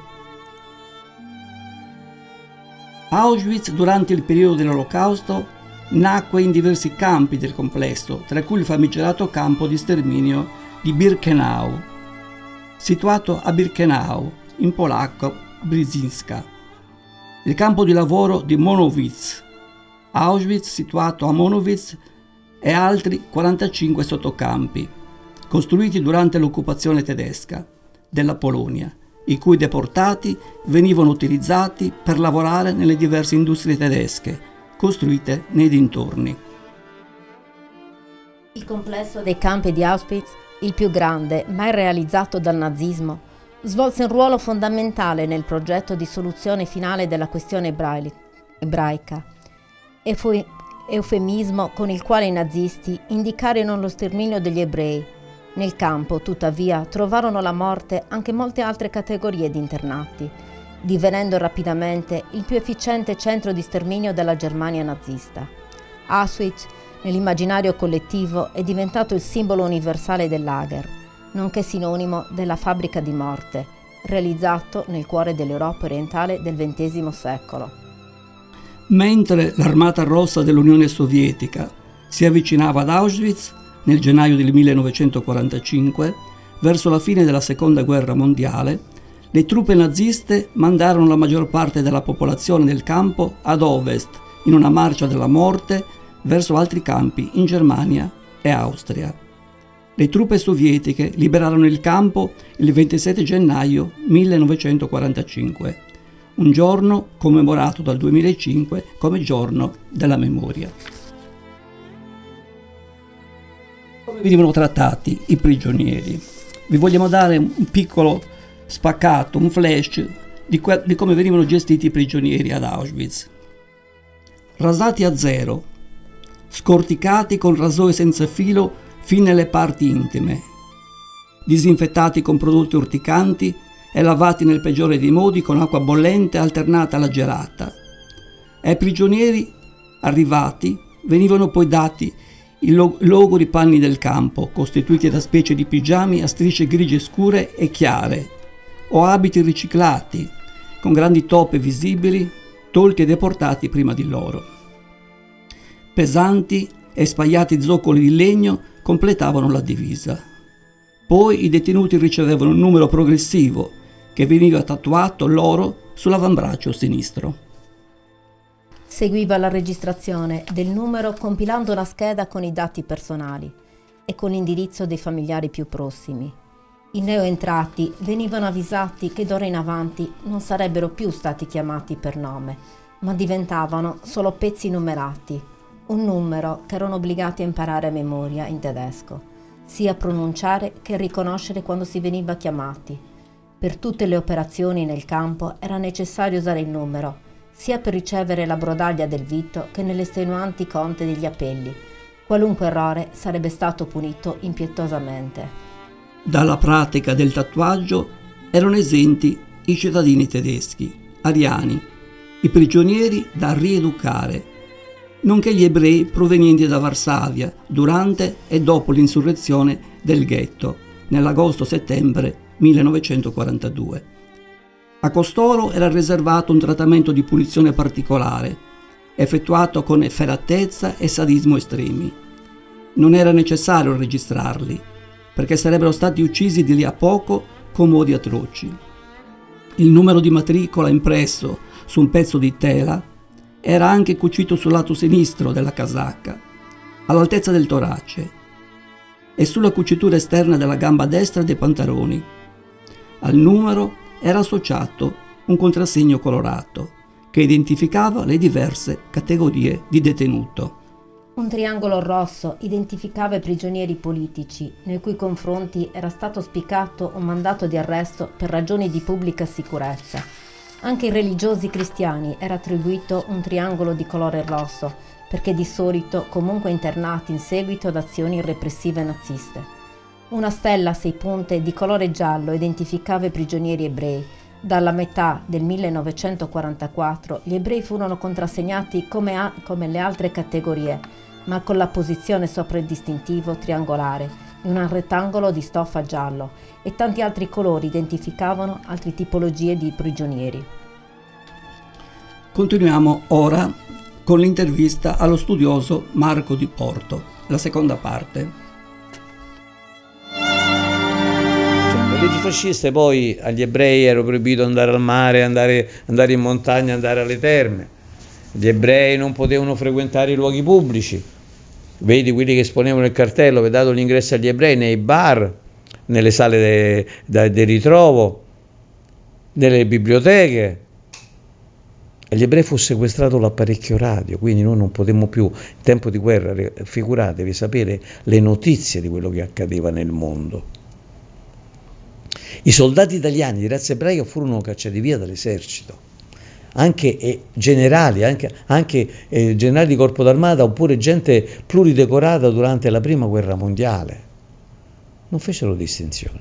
Auschwitz, durante il periodo dell'Olocausto, nacque in diversi campi del complesso, tra cui il famigerato campo di sterminio di Birkenau, situato a Birkenau, in polacco Brzezinska, il campo di lavoro di Monowitz, Auschwitz situato a Monowitz e altri 45 sottocampi, costruiti durante l'occupazione tedesca della Polonia, i cui deportati venivano utilizzati per lavorare nelle diverse industrie tedesche, costruite nei dintorni. Il complesso dei campi di Auschwitz, il più grande mai realizzato dal nazismo, svolse un ruolo fondamentale nel progetto di soluzione finale della questione ebraica e fu eufemismo con il quale i nazisti indicarono lo sterminio degli ebrei. Nel campo, tuttavia, trovarono la morte anche molte altre categorie di internati, divenendo rapidamente il più efficiente centro di sterminio della Germania nazista. Auschwitz, nell'immaginario collettivo, è diventato il simbolo universale del lager, nonché sinonimo della fabbrica di morte, realizzato nel cuore dell'Europa orientale del XX secolo. Mentre l'Armata Rossa dell'Unione Sovietica si avvicinava ad Auschwitz nel gennaio del 1945, verso la fine della Seconda Guerra Mondiale, le truppe naziste mandarono la maggior parte della popolazione del campo ad ovest, in una marcia della morte verso altri campi in Germania e Austria. Le truppe sovietiche liberarono il campo il 27 gennaio 1945, un giorno commemorato dal 2005 come giorno della memoria. Come venivano trattati i prigionieri? Vi vogliamo dare un piccolo spaccato, un flash di come venivano gestiti i prigionieri ad Auschwitz. Rasati a zero, scorticati con rasoi senza filo fin nelle parti intime, disinfettati con prodotti urticanti e lavati nel peggiore dei modi con acqua bollente alternata alla gelata. Ai prigionieri arrivati venivano poi dati i logori panni del campo, costituiti da specie di pigiami a strisce grigie scure e chiare, o abiti riciclati, con grandi toppe visibili, tolti e deportati prima di loro. Pesanti e spaiati zoccoli di legno completavano la divisa. Poi i detenuti ricevevano un numero progressivo che veniva tatuato loro sull'avambraccio sinistro. Seguiva la registrazione del numero compilando una scheda con i dati personali e con l'indirizzo dei familiari più prossimi. I neoentrati venivano avvisati che d'ora in avanti non sarebbero più stati chiamati per nome, ma diventavano solo pezzi numerati, un numero che erano obbligati a imparare a memoria in tedesco, sia a pronunciare che a riconoscere quando si veniva chiamati. Per tutte le operazioni nel campo era necessario usare il numero, sia per ricevere la brodaglia del vitto che nelle estenuanti conte degli appelli. Qualunque errore sarebbe stato punito impietosamente. Dalla pratica del tatuaggio erano esenti i cittadini tedeschi, ariani, i prigionieri da rieducare, nonché gli ebrei provenienti da Varsavia durante e dopo l'insurrezione del ghetto nell'agosto-settembre 1942. A costoro era riservato un trattamento di punizione particolare, effettuato con efferatezza e sadismo estremi. Non era necessario registrarli, perché sarebbero stati uccisi di lì a poco con modi atroci. Il numero di matricola impresso su un pezzo di tela era anche cucito sul lato sinistro della casacca, all'altezza del torace, e sulla cucitura esterna della gamba destra dei pantaloni. Al numero era associato un contrassegno colorato che identificava le diverse categorie di detenuto. Un triangolo rosso identificava i prigionieri politici, nei cui confronti era stato spiccato un mandato di arresto per ragioni di pubblica sicurezza. Anche ai religiosi cristiani era attribuito un triangolo di colore rosso, perché di solito comunque internati in seguito ad azioni repressive naziste. Una stella a 6 punte di colore giallo identificava i prigionieri ebrei. Dalla metà del 1944 gli ebrei furono contrassegnati come le altre categorie, ma con la posizione sopra il distintivo triangolare, in un rettangolo di stoffa giallo, e tanti altri colori identificavano altre tipologie di prigionieri. Continuiamo ora con l'intervista allo studioso Marco Di Porto, la seconda parte. Le leggi fasciste poi agli ebrei era proibito andare al mare, andare in montagna, andare alle terme. Gli ebrei non potevano frequentare i luoghi pubblici. Vedi quelli che esponevano il cartello, vi dato gli ingressi agli ebrei nei bar, nelle sale di ritrovo, nelle biblioteche. Agli ebrei fu sequestrato l'apparecchio radio, quindi noi non potemmo più, in tempo di guerra, figuratevi, sapere le notizie di quello che accadeva nel mondo. I soldati italiani di razza ebraica furono cacciati via dall'esercito, anche generali, generali di corpo d'armata oppure gente pluridecorata durante la prima guerra mondiale. Non fecero distinzioni.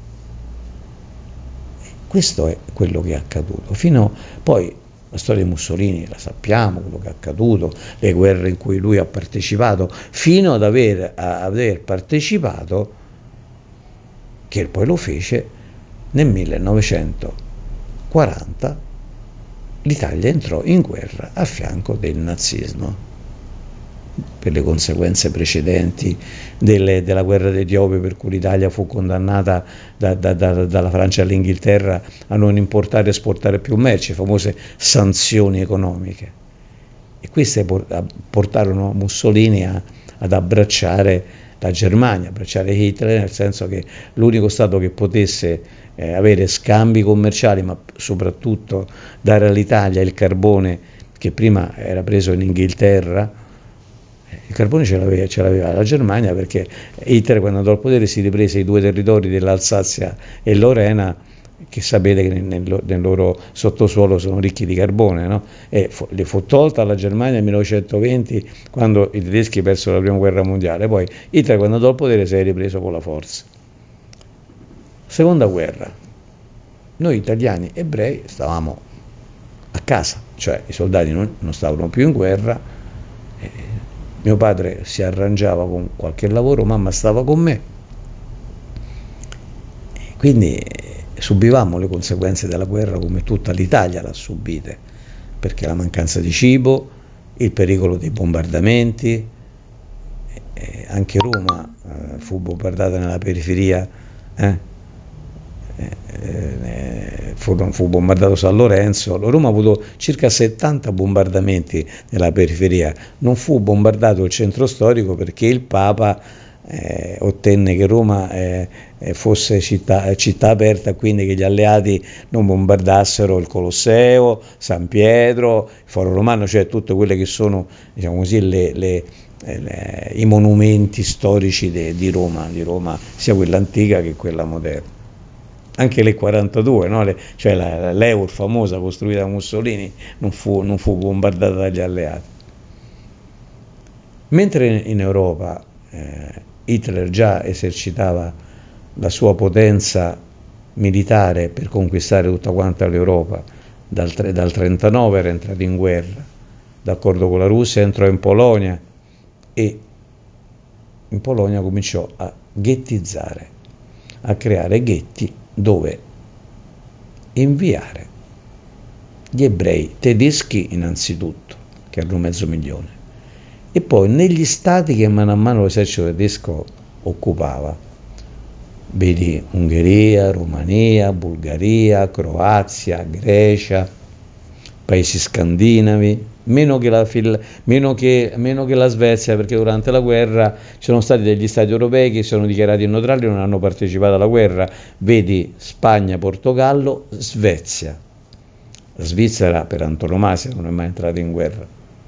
Questo è quello che è accaduto. Fino poi la storia di Mussolini la sappiamo, quello che è accaduto, le guerre in cui lui ha partecipato, fino ad aver partecipato, che poi lo fece, nel 1940 l'Italia entrò in guerra a fianco del nazismo per le conseguenze precedenti della guerra d'Etiopia, per cui l'Italia fu condannata dalla Francia all'Inghilterra a non importare e esportare più merci, famose sanzioni economiche. E queste portarono Mussolini ad abbracciare la Germania, abbracciare Hitler, nel senso che l'unico Stato che potesse avere scambi commerciali, ma soprattutto dare all'Italia il carbone che prima era preso in Inghilterra, il carbone ce l'aveva la Germania, perché Hitler, quando andò al potere, si riprese i 2 territori dell'Alsazia e Lorena, che sapete che nel loro sottosuolo sono ricchi di carbone, no? E le fu tolta alla Germania nel 1920, quando i tedeschi persero la prima guerra mondiale. Poi Hitler, quando andò al potere, si è ripreso con la forza. Seconda guerra, noi italiani ebrei stavamo a casa, cioè i soldati non stavano più in guerra, mio padre si arrangiava con qualche lavoro, mamma stava con me, quindi subivamo le conseguenze della guerra come tutta l'Italia l'ha subite, perché la mancanza di cibo, il pericolo dei bombardamenti, anche Roma fu bombardata nella periferia, fu bombardato San Lorenzo. Roma ha avuto circa 70 bombardamenti nella periferia, non fu bombardato il centro storico perché il Papa ottenne che Roma fosse città aperta, quindi che gli alleati non bombardassero il Colosseo, San Pietro, il Foro Romano, cioè tutte quelle che sono, diciamo così, i monumenti storici di Roma, sia quella antica che quella moderna. Anche l'E42, no? Cioè l'Eur famosa costruita da Mussolini non fu bombardata dagli alleati. Mentre in Europa Hitler già esercitava la sua potenza militare per conquistare tutta quanta l'Europa, dal 1939 era entrato in guerra, d'accordo con la Russia entrò in Polonia e in Polonia cominciò a ghettizzare, a creare ghetti dove inviare gli ebrei tedeschi innanzitutto, che erano 500.000, e poi negli stati che mano a mano l'esercito tedesco occupava, vedi Ungheria, Romania, Bulgaria, Croazia, Grecia, paesi scandinavi, meno che la Svezia, perché durante la guerra ci sono stati degli stati europei che si sono dichiarati neutrali e non hanno partecipato alla guerra. Vedi Spagna, Portogallo, Svezia. La Svizzera per antonomasia non è mai entrata in guerra.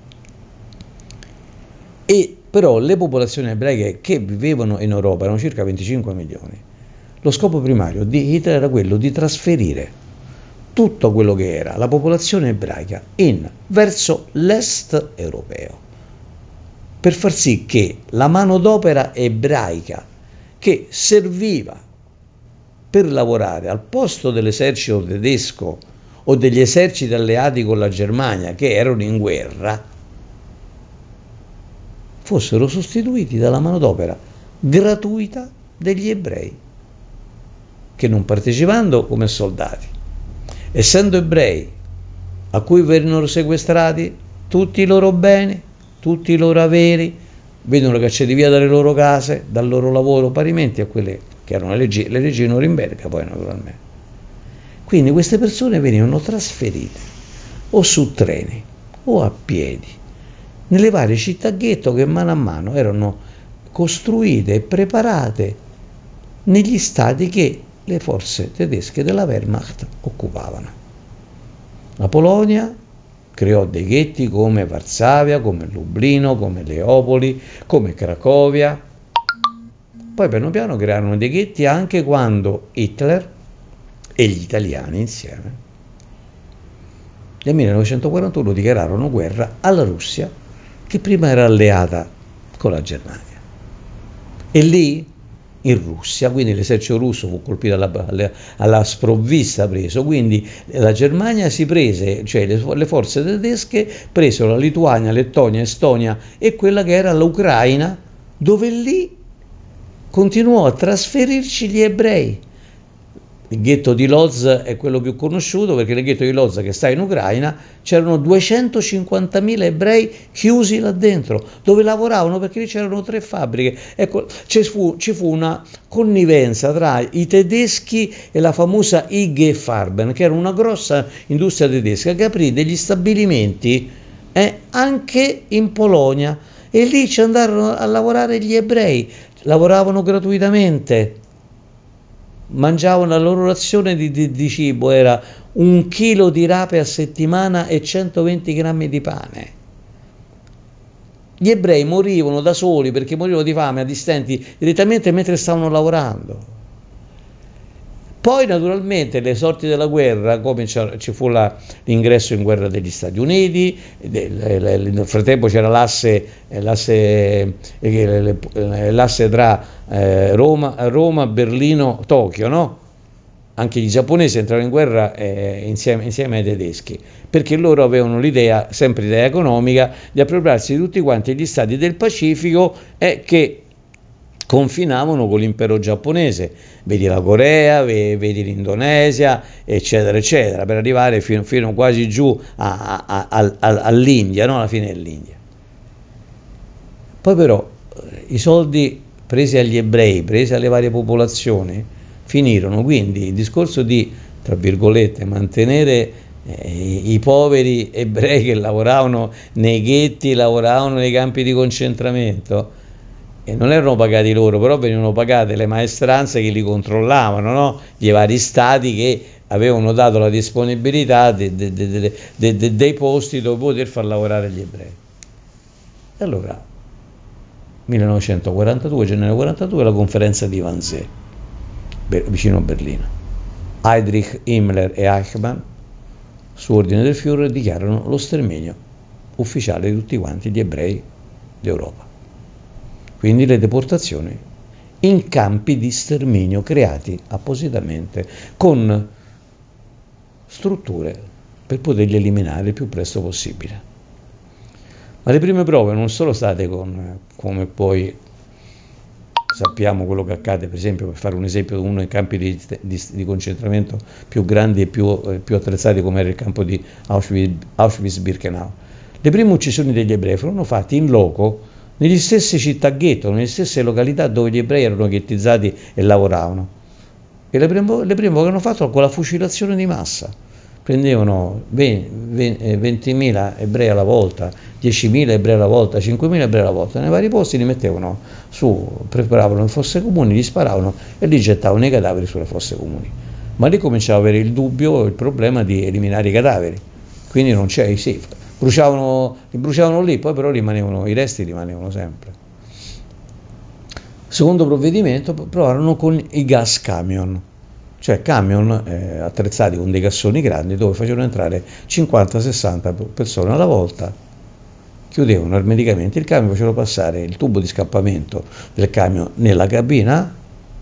E però le popolazioni ebraiche che vivevano in Europa erano circa 25 milioni. Lo scopo primario di Hitler era quello di trasferire tutto quello che era la popolazione ebraica verso l'est europeo, per far sì che la manodopera ebraica che serviva per lavorare al posto dell'esercito tedesco o degli eserciti alleati con la Germania che erano in guerra fossero sostituiti dalla manodopera gratuita degli ebrei, che non partecipando come soldati, essendo ebrei a cui vennero sequestrati tutti i loro beni, tutti i loro averi, vennero cacciati via dalle loro case, dal loro lavoro, parimenti a quelle che erano le leggi di Norimberga poi naturalmente. Quindi queste persone venivano trasferite o su treni o a piedi nelle varie città ghetto che mano a mano erano costruite e preparate negli stati che le forze tedesche della Wehrmacht occupavano. La Polonia creò dei ghetti come Varsavia, come Lublino, come Leopoli, come Cracovia. Poi piano piano crearono dei ghetti anche quando Hitler e gli italiani insieme nel 1941 dichiararono guerra alla Russia, che prima era alleata con la Germania. E lì in Russia, quindi l'esercito russo fu colpito alla sprovvista preso, quindi la Germania si prese, cioè le forze tedesche presero la Lituania, Lettonia, Estonia e quella che era l'Ucraina, dove lì continuò a trasferirci gli ebrei. Il ghetto di Lodz è quello più conosciuto, perché nel ghetto di Lodz, che sta in Ucraina, c'erano 250.000 ebrei chiusi là dentro, dove lavoravano perché lì c'erano 3 fabbriche. Ecco, ci fu una connivenza tra i tedeschi e la famosa IG Farben, che era una grossa industria tedesca che aprì degli stabilimenti anche in Polonia, e lì ci andarono a lavorare gli ebrei, lavoravano gratuitamente. Mangiavano, la loro razione di cibo era 1 chilo di rape a settimana e 120 grammi di pane. Gli ebrei morivano da soli perché morivano di fame a distenti direttamente mentre stavano lavorando. Poi naturalmente le sorti della guerra, come ci fu l'ingresso in guerra degli Stati Uniti, nel frattempo c'era l'asse tra Roma, Berlino, Tokyo, no? Anche gli giapponesi entrarono in guerra insieme ai tedeschi, perché loro avevano sempre l'idea economica, di appropriarsi di tutti quanti gli stati del Pacifico che confinavano con l'impero giapponese, vedi la Corea, vedi l'Indonesia, eccetera, eccetera, per arrivare fino quasi giù all'India, no? Alla fine dell'India. Poi però i soldi presi agli ebrei, presi alle varie popolazioni, finirono, quindi il discorso di, tra virgolette, mantenere i poveri ebrei che lavoravano nei ghetti, lavoravano nei campi di concentramento, e non erano pagati loro, però venivano pagate le maestranze che li controllavano, no? Gli vari stati che avevano dato la disponibilità dei posti dove poter far lavorare gli ebrei. E allora 1942, gennaio 42, la conferenza di Wannsee, vicino a Berlino. Heydrich, Himmler e Eichmann, su ordine del Führer, dichiarano lo sterminio ufficiale di tutti quanti gli ebrei d'Europa. Quindi le deportazioni in campi di sterminio creati appositamente con strutture per poterli eliminare il più presto possibile. Ma le prime prove non sono state come poi sappiamo quello che accade, per esempio, per fare un esempio, uno dei campi di concentramento più grandi e più attrezzati, come era il campo di Auschwitz-Birkenau. Le prime uccisioni degli ebrei furono fatte in loco, negli stessi città ghetto, nelle stesse località dove gli ebrei erano ghettizzati e lavoravano. E le prime che hanno fatto con la fucilazione di massa, prendevano 20.000 ebrei alla volta, 10.000 ebrei alla volta, 5.000 ebrei alla volta, nei vari posti li mettevano su, preparavano le fosse comuni, li sparavano e li gettavano i cadaveri sulle fosse comuni. Ma lì cominciava a avere il dubbio, il problema di eliminare i cadaveri, quindi non c'è, sì, li bruciavano lì, poi però i resti rimanevano sempre. Secondo provvedimento, provarono con i gas camion, cioè camion attrezzati con dei cassoni grandi dove facevano entrare 50-60 persone alla volta, chiudevano ermeticamente il camion, facevano passare il tubo di scappamento del camion nella cabina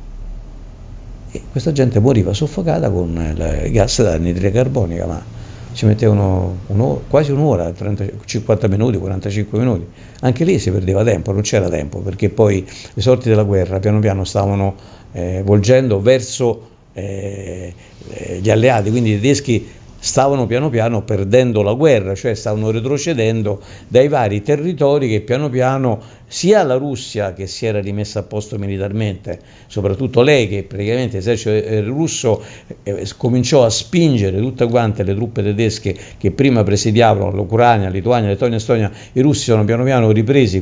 e questa gente moriva soffocata con il gas da anidride carbonica, ma ci mettevano quasi un'ora, 50 minuti, 45 minuti. Anche lì si perdeva tempo, non c'era tempo, perché poi le sorti della guerra piano piano stavano volgendo verso gli alleati, quindi i tedeschi stavano piano piano perdendo la guerra, cioè stavano retrocedendo dai vari territori che piano piano sia la Russia, che si era rimessa a posto militarmente, soprattutto lei, che praticamente l'esercito russo cominciò a spingere tutte quante le truppe tedesche che prima presidiavano l'Ucraina, Lituania, Lettonia, Estonia. I russi sono piano piano ripresi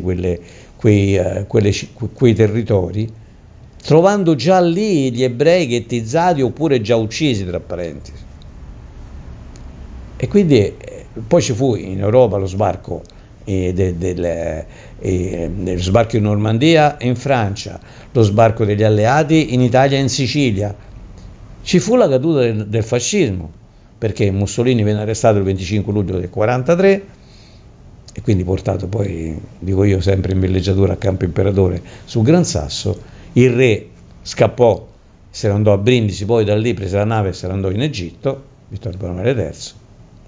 quei territori, trovando già lì gli ebrei ghettizzati oppure già uccisi, tra parentesi. E quindi poi ci fu in Europa lo sbarco dello sbarco in Normandia e in Francia, lo sbarco degli alleati in Italia e in Sicilia. Ci fu la caduta del fascismo, perché Mussolini venne arrestato il 25 luglio del 1943 e quindi portato poi, dico io, sempre in villeggiatura a Campo Imperatore su Gran Sasso. Il re scappò, se ne andò a Brindisi, poi da lì prese la nave e se ne andò in Egitto, Vittorio Emanuele III.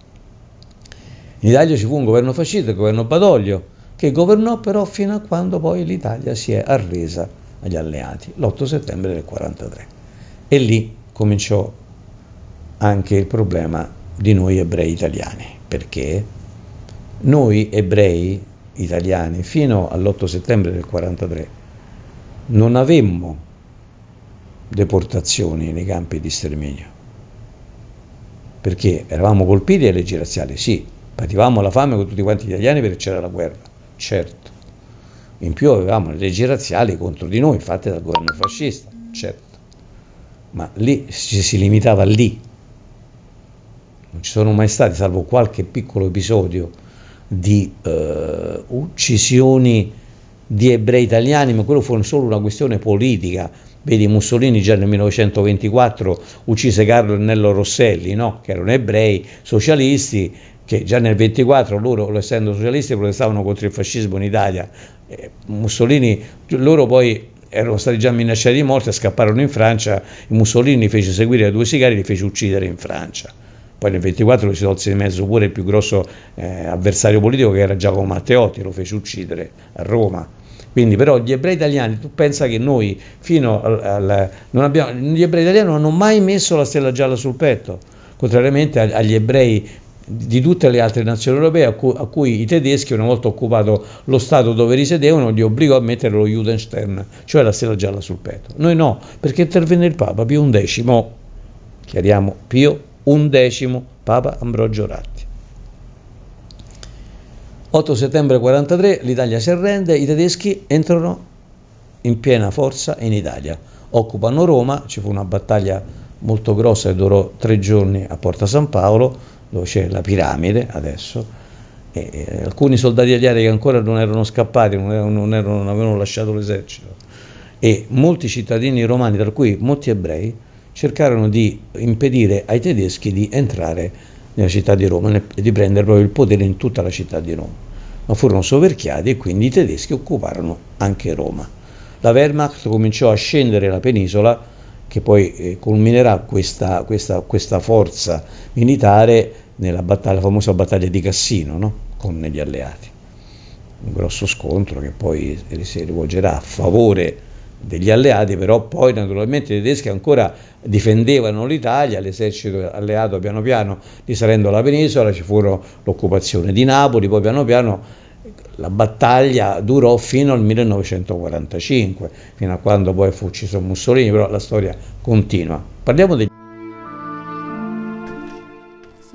In Italia ci fu un governo fascista, il governo Badoglio, che governò però fino a quando poi l'Italia si è arresa agli alleati, l'8 settembre del 1943. E lì cominciò anche il problema di noi ebrei italiani, perché noi ebrei italiani fino all'8 settembre del 1943 non avemmo deportazioni nei campi di sterminio, perché eravamo colpiti dalle leggi razziali, sì, pativamo la fame con tutti quanti gli italiani perché c'era la guerra, certo. In più avevamo le leggi razziali contro di noi fatte dal governo fascista, certo. Ma lì si limitava lì. Non ci sono mai stati, salvo qualche piccolo episodio di uccisioni di ebrei italiani, ma quello fu solo una questione politica. Vedi, Mussolini già nel 1924 uccise Carlo Ernello Rosselli, no? Che erano ebrei socialisti, che già nel 1924 loro, essendo socialisti, protestavano contro il fascismo in Italia. Mussolini, loro poi erano stati già minacciati di morte, scapparono in Francia, Mussolini li fece seguire da 2 sicari e li fece uccidere in Francia. Poi nel 1924 si tolse di mezzo pure il più grosso avversario politico, che era Giacomo Matteotti, lo fece uccidere a Roma. Quindi però gli ebrei italiani, tu pensa che noi fino gli ebrei italiani non hanno mai messo la stella gialla sul petto, contrariamente agli ebrei di tutte le altre nazioni europee a cui i tedeschi, una volta occupato lo stato dove risiedevano, li obbligò a mettere lo Judenstern, cioè la stella gialla sul petto. Noi no, perché intervenne il Papa Pio XI, chiariamo, Pio XI, Papa Ambrogio Ratti. 8 settembre 1943 l'Italia si arrende, i tedeschi entrano in piena forza in Italia, occupano Roma, ci fu una battaglia molto grossa che durò 3 giorni a Porta San Paolo, dove c'è la piramide adesso, e alcuni soldati italiani che ancora non erano scappati, non avevano lasciato l'esercito, e molti cittadini romani, tra cui molti ebrei, cercarono di impedire ai tedeschi di entrare nella città di Roma e di prendere proprio il potere in tutta la città di Roma, ma furono soverchiati e quindi i tedeschi occuparono anche Roma. La Wehrmacht cominciò a scendere la penisola, che poi culminerà questa forza militare nella famosa battaglia di Cassino, no? Con gli alleati. Un grosso scontro che poi si rivolgerà a favore degli alleati, però poi naturalmente i tedeschi ancora difendevano l'Italia, l'esercito alleato piano piano risalendo la penisola, ci furono l'occupazione di Napoli, poi piano piano la battaglia durò fino al 1945, fino a quando poi fu ucciso Mussolini, però la storia continua. Parliamo degli...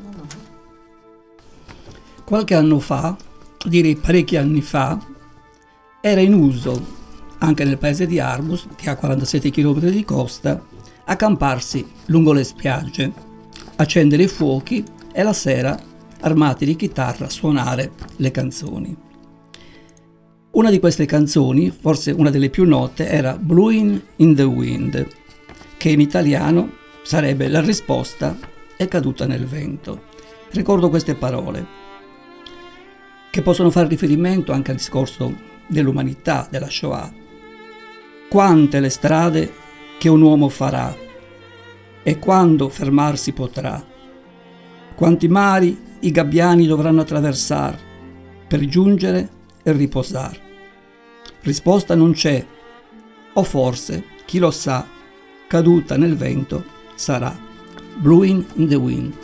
Qualche anno fa, direi parecchi anni fa, era in uso anche nel paese di Arbus, che ha 47 km di costa, accamparsi lungo le spiagge, accendere i fuochi e la sera, armati di chitarra, suonare le canzoni. Una di queste canzoni, forse una delle più note, era Blowing in the Wind, che in italiano sarebbe La risposta è caduta nel vento. Ricordo queste parole, che possono fare riferimento anche al discorso dell'umanità, della Shoah. Quante le strade che un uomo farà e quando fermarsi potrà. Quanti mari i gabbiani dovranno attraversare per giungere e riposare. Risposta non c'è, o forse, chi lo sa, caduta nel vento sarà. Blowing in the Wind.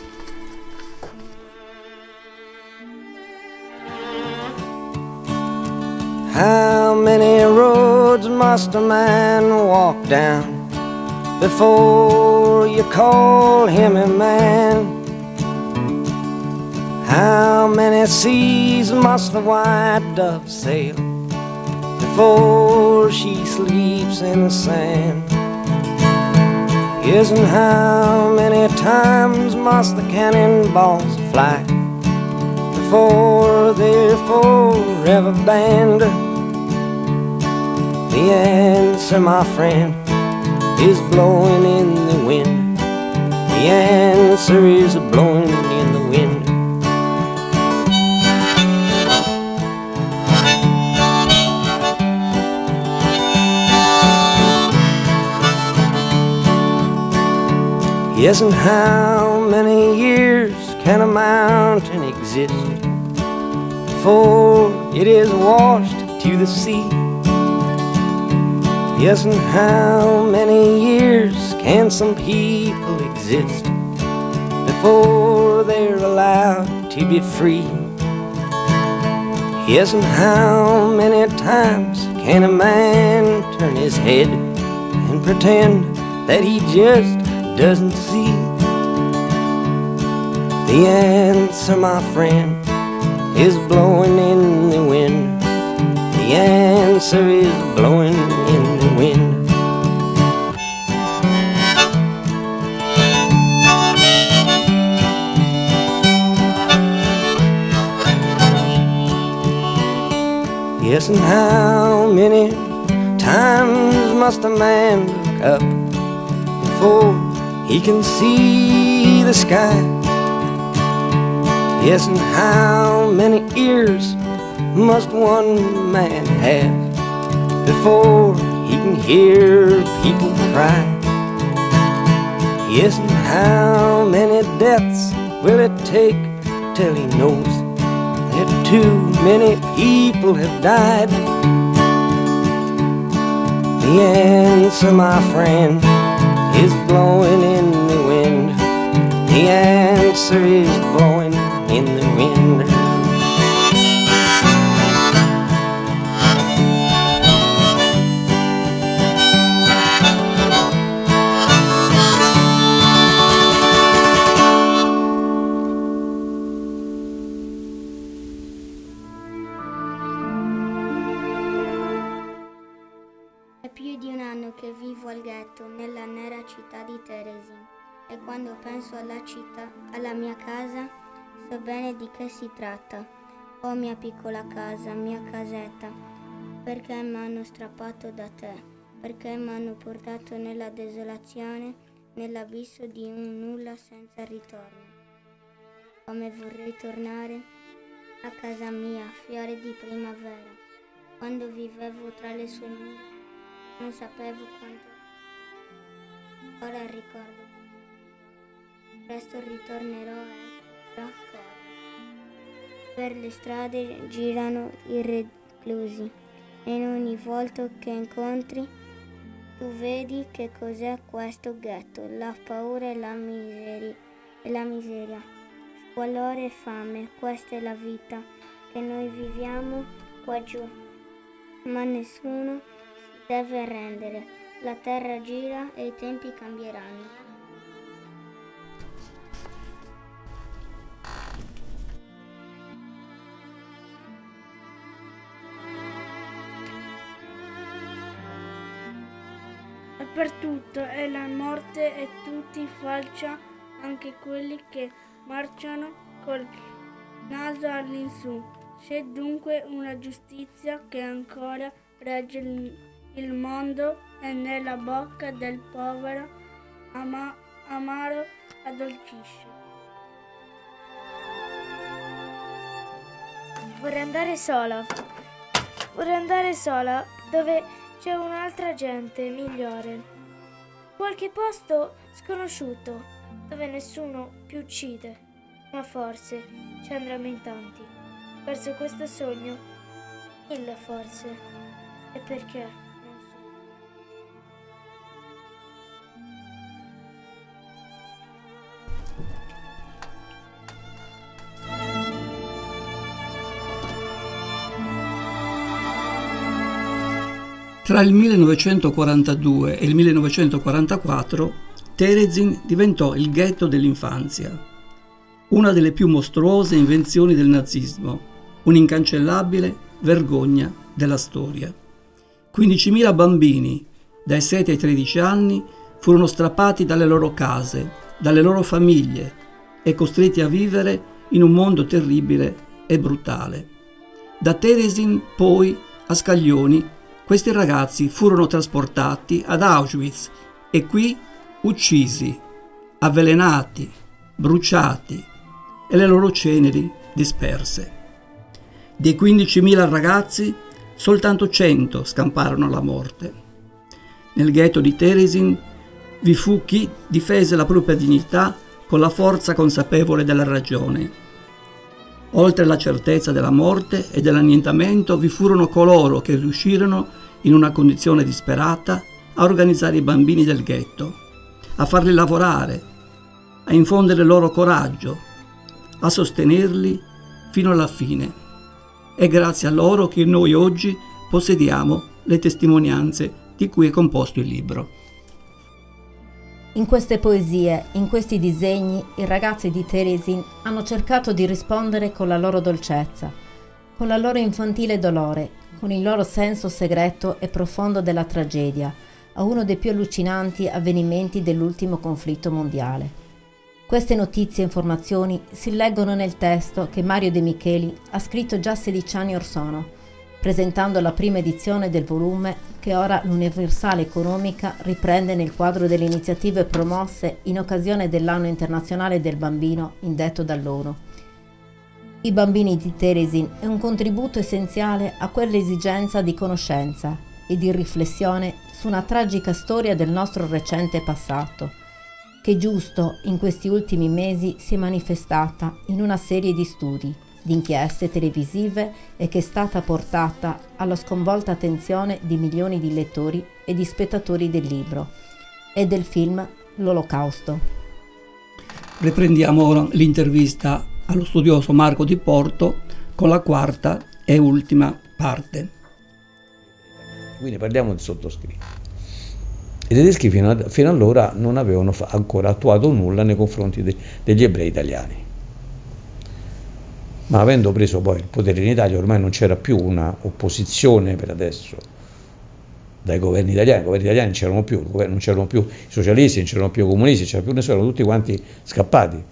How many roads must a man walk down before you call him a man? How many seas must the white dove sail before she sleeps in the sand? Yes, and how many times must the cannonballs fly before they're forever banned? The answer, my friend, is blowing in the wind. The answer is blowing in the wind. Yes, and how many years can a mountain exist before it is washed to the sea? Yes, and how many years can some people exist before they're allowed to be free? Yes, and how many times can a man turn his head and pretend that he just doesn't see? The answer, my friend, is blowing in the wind. The answer is blowing in the wind. Yes, and how many times must a man look up before he can see the sky? Yes, and how many ears must one man have before he can hear people cry? Yes, and how many deaths will it take till he knows that too many people have died? The answer, my friend, is blowing in the wind. The answer is blowing in the wind. È più di un anno che vivo al ghetto, nella nera città di Terezin. E quando penso alla città, alla mia casa, so bene di che si tratta. Oh mia piccola casa, mia casetta, perché m'hanno strappato da te? Perché m'hanno portato nella desolazione, nell'abisso di un nulla senza ritorno? Come vorrei tornare a casa mia, fiore di primavera, quando vivevo tra le sue mura, non sapevo quanto. Ora ricordo. Presto ritornerò a correre. Per le strade girano i reclusi e in ogni volto che incontri tu vedi che cos'è questo ghetto, la paura e la miseria, squallore e fame, questa è la vita che noi viviamo qua giù, ma nessuno si deve arrendere, la terra gira e i tempi cambieranno. Dappertutto è la morte e tutti falcia, anche quelli che marciano col naso all'insù. C'è dunque una giustizia che ancora regge il mondo e nella bocca del povero amaro addolcisce. Vorrei andare sola dove c'è un'altra gente migliore. Qualche posto sconosciuto dove nessuno più uccide, ma forse ci andremo in tanti. Verso questo sogno, 1000 forse. E perché? Non so. Tra il 1942 e il 1944 Terezin diventò il ghetto dell'infanzia, una delle più mostruose invenzioni del nazismo, un'incancellabile vergogna della storia. 15.000 bambini dai 7 ai 13 anni furono strappati dalle loro case, dalle loro famiglie e costretti a vivere in un mondo terribile e brutale. Da Terezin poi a Scaglioni questi ragazzi furono trasportati ad Auschwitz e qui uccisi, avvelenati, bruciati e le loro ceneri disperse. Dei 15.000 ragazzi, soltanto 100 scamparono alla morte. Nel ghetto di Terezin vi fu chi difese la propria dignità con la forza consapevole della ragione. Oltre alla certezza della morte e dell'annientamento vi furono coloro che riuscirono, in una condizione disperata, a organizzare i bambini del ghetto, a farli lavorare, a infondere loro coraggio, a sostenerli fino alla fine. È grazie a loro che noi oggi possediamo le testimonianze di cui è composto il libro. In queste poesie, in questi disegni, i ragazzi di Terezin hanno cercato di rispondere con la loro dolcezza, con la loro infantile dolore, con il loro senso segreto e profondo della tragedia, a uno dei più allucinanti avvenimenti dell'ultimo conflitto mondiale. Queste notizie e informazioni si leggono nel testo che Mario De Micheli ha scritto già 16 anni or sono, presentando la prima edizione del volume che ora l'Universale Economica riprende nel quadro delle iniziative promosse in occasione dell'Anno Internazionale del Bambino indetto dall'ONU. I bambini di Terezin è un contributo essenziale a quell'esigenza di conoscenza e di riflessione su una tragica storia del nostro recente passato, che giusto in questi ultimi mesi si è manifestata in una serie di studi, di inchieste televisive e che è stata portata alla sconvolta attenzione di milioni di lettori e di spettatori del libro e del film L'Olocausto. Riprendiamo ora l'intervista allo studioso Marco Di Porto con la quarta e ultima parte. Quindi parliamo di sottoscritto. I tedeschi fino allora non avevano ancora attuato nulla nei confronti degli ebrei italiani. Ma avendo preso poi il potere in Italia ormai non c'era più una opposizione per adesso dai governi italiani. I governi italiani non c'erano più i socialisti, non c'erano più i comunisti, non c'era più nessuno, erano tutti quanti scappati.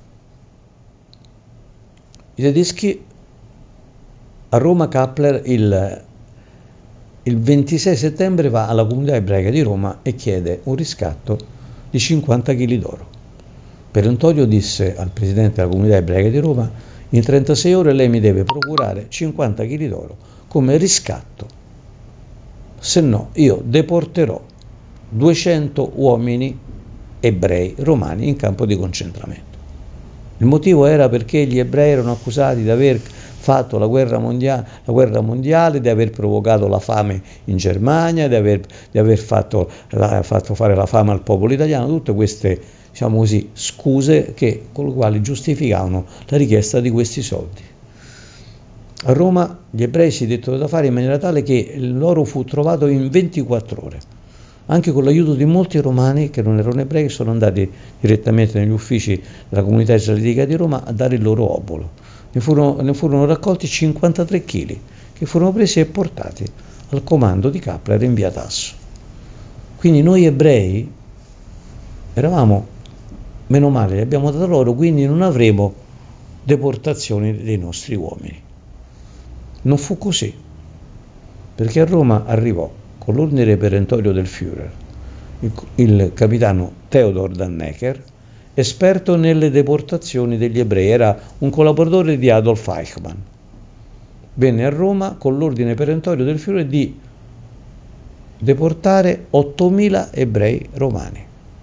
I tedeschi a Roma, Kappler il 26 settembre va alla comunità ebraica di Roma e chiede un riscatto di 50 kg d'oro. Perentorio disse al presidente della comunità ebraica di Roma: in 36 ore lei mi deve procurare 50 kg d'oro come riscatto, se no io deporterò 200 uomini ebrei romani in campo di concentramento. Il motivo era perché gli ebrei erano accusati di aver fatto la guerra mondiale, di aver provocato la fame in Germania, di aver fatto fare la fame al popolo italiano, tutte queste, diciamo così, scuse con le quali giustificavano la richiesta di questi soldi. A Roma gli ebrei si dettero da fare in maniera tale che l'oro fu trovato in 24 ore, anche con l'aiuto di molti romani che non erano ebrei, che sono andati direttamente negli uffici della comunità israelitica di Roma a dare il loro obolo. Ne furono raccolti 53 kg che furono presi e portati al comando di Kappler in via Tasso. Quindi noi ebrei eravamo, meno male, li abbiamo dato loro, quindi non avremo deportazioni dei nostri uomini. Non fu così, perché a Roma arrivò con l'ordine perentorio del Führer il capitano Theodor Dannecker, esperto nelle deportazioni degli ebrei, era un collaboratore di Adolf Eichmann. Venne a Roma con l'ordine perentorio del Führer di deportare 8.000 ebrei romani.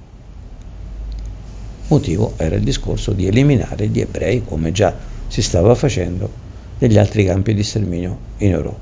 Motivo era il discorso di eliminare gli ebrei, come già si stava facendo negli altri campi di sterminio in Europa.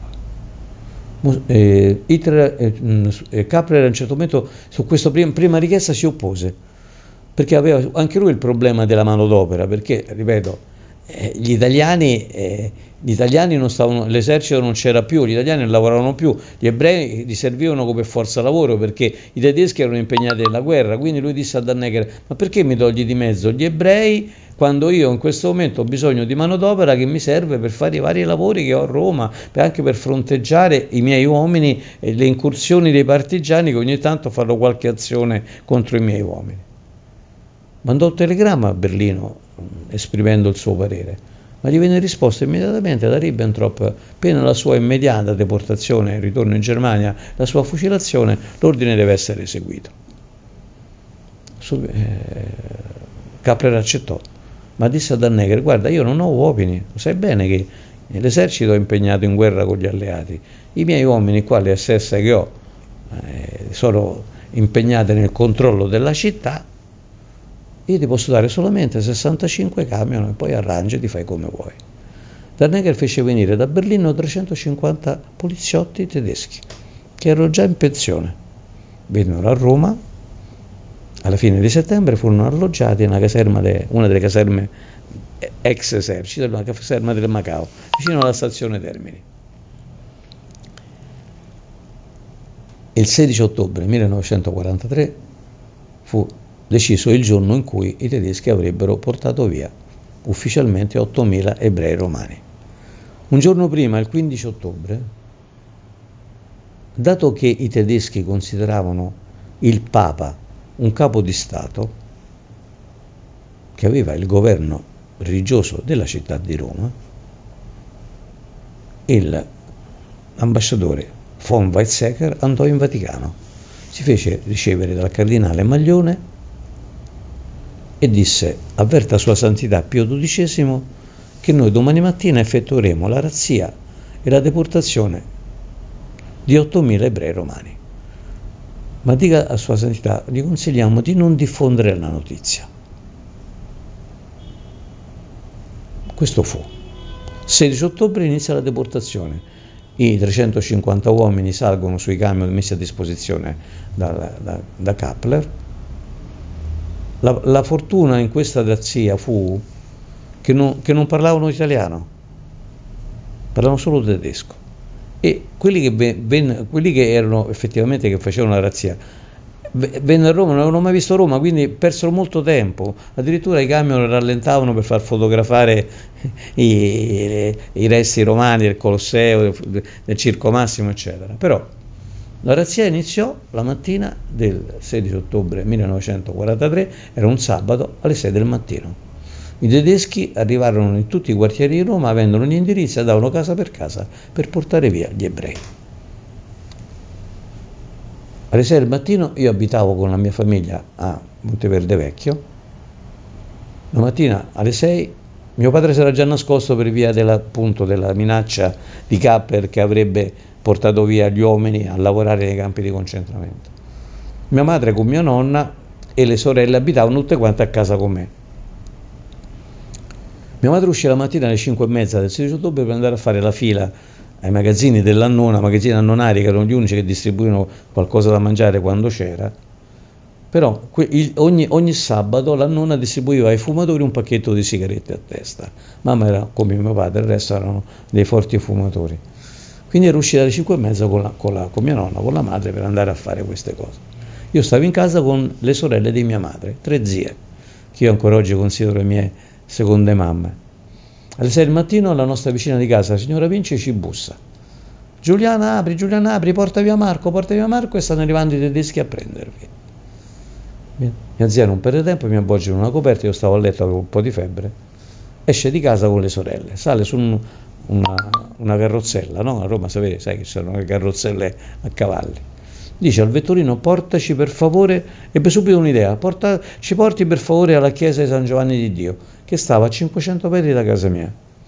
Kappler a un certo momento su questa prima richiesta si oppose, perché aveva anche lui il problema della manodopera, perché, ripeto, gli italiani non stavano, l'esercito non c'era più, gli italiani non lavoravano più, gli ebrei gli servivano come forza lavoro perché i tedeschi erano impegnati nella guerra. Quindi lui disse a Dannecker: ma perché mi togli di mezzo gli ebrei quando io in questo momento ho bisogno di manodopera che mi serve per fare i vari lavori che ho a Roma, anche per fronteggiare i miei uomini e le incursioni dei partigiani, che ogni tanto fanno qualche azione contro i miei uomini. Mandò un telegramma a Berlino esprimendo il suo parere, ma gli venne risposta immediatamente da Ribbentrop: pena la sua immediata deportazione e ritorno in Germania, la sua fucilazione, l'ordine deve essere eseguito. Kappler accettò, ma disse a Dannecker: guarda, io non ho uomini, sai bene che l'esercito è impegnato in guerra con gli alleati, i miei uomini qua, le SS che ho, sono impegnati nel controllo della città. Io ti posso dare solamente 65 camion e poi arrangiati, fai come vuoi. Dannecker fece venire da Berlino 350 poliziotti tedeschi che erano già in pensione. Vennero a Roma, alla fine di settembre furono alloggiati nella caserma una delle caserme ex esercito, una caserma del Macao, vicino alla stazione Termini. Il 16 ottobre 1943 fu deciso il giorno in cui i tedeschi avrebbero portato via ufficialmente 8.000 ebrei romani. Un giorno prima, il 15 ottobre, dato che i tedeschi consideravano il Papa un capo di Stato che aveva il governo religioso della città di Roma, l'ambasciatore von Weizsäcker andò in Vaticano, si fece ricevere dal cardinale Maglione e disse: avverta Sua Santità Pio XII che noi domani mattina effettueremo la razzia e la deportazione di 8.000 ebrei romani. Ma dica a Sua Santità, gli consigliamo di non diffondere la notizia. Questo fu. 16 ottobre inizia la deportazione. I 350 uomini salgono sui camion messi a disposizione da Kappler. La fortuna in questa razzia fu che non parlavano italiano, parlavano solo tedesco, e quelli che erano effettivamente, che facevano la razzia, vennero a Roma, non avevano mai visto Roma, quindi persero molto tempo, addirittura i camion rallentavano per far fotografare i resti romani del Colosseo, del Circo Massimo, eccetera. Però la razzia iniziò la mattina del 16 ottobre 1943, era un sabato, alle 6 del mattino. I tedeschi arrivarono in tutti i quartieri di Roma, avendolo gli indirizzi, andavano casa per casa per portare via gli ebrei. Alle 6 del mattino io abitavo con la mia famiglia a Monteverde Vecchio. La mattina alle 6 mio padre si era già nascosto per via della minaccia di Kappler che avrebbe portato via gli uomini a lavorare nei campi di concentramento. Mia madre con mia nonna e le sorelle abitavano tutte quante a casa con me. Mia madre uscì la mattina alle 5:30 del 16 ottobre per andare a fare la fila ai magazzini dell'Annona, magazzini annonari che erano gli unici che distribuivano qualcosa da mangiare quando c'era. Però ogni sabato l'Annona distribuiva ai fumatori un pacchetto di sigarette a testa. Mamma era come mio padre, il resto erano dei forti fumatori. Quindi ero uscita alle 5:30 con mia nonna, con la madre, per andare a fare queste cose. Io stavo in casa con le sorelle di mia madre, 3 zie, che io ancora oggi considero le mie seconde mamme. Alle 6 del mattino la nostra vicina di casa, la signora Vinci, ci bussa. Giuliana apri, porta via Marco e stanno arrivando i tedeschi a prendervi. Mia zia non perde tempo, mi appoggia in una coperta, io stavo a letto, avevo un po' di febbre, esce di casa con le sorelle, sale su una carrozzella, no? A Roma sai che c'erano le carrozzelle a cavalli. Dice al vetturino: portaci per favore, ebbe subito un'idea, ci porti per favore alla chiesa di San Giovanni di Dio, che stava a 500 metri da casa mia. Il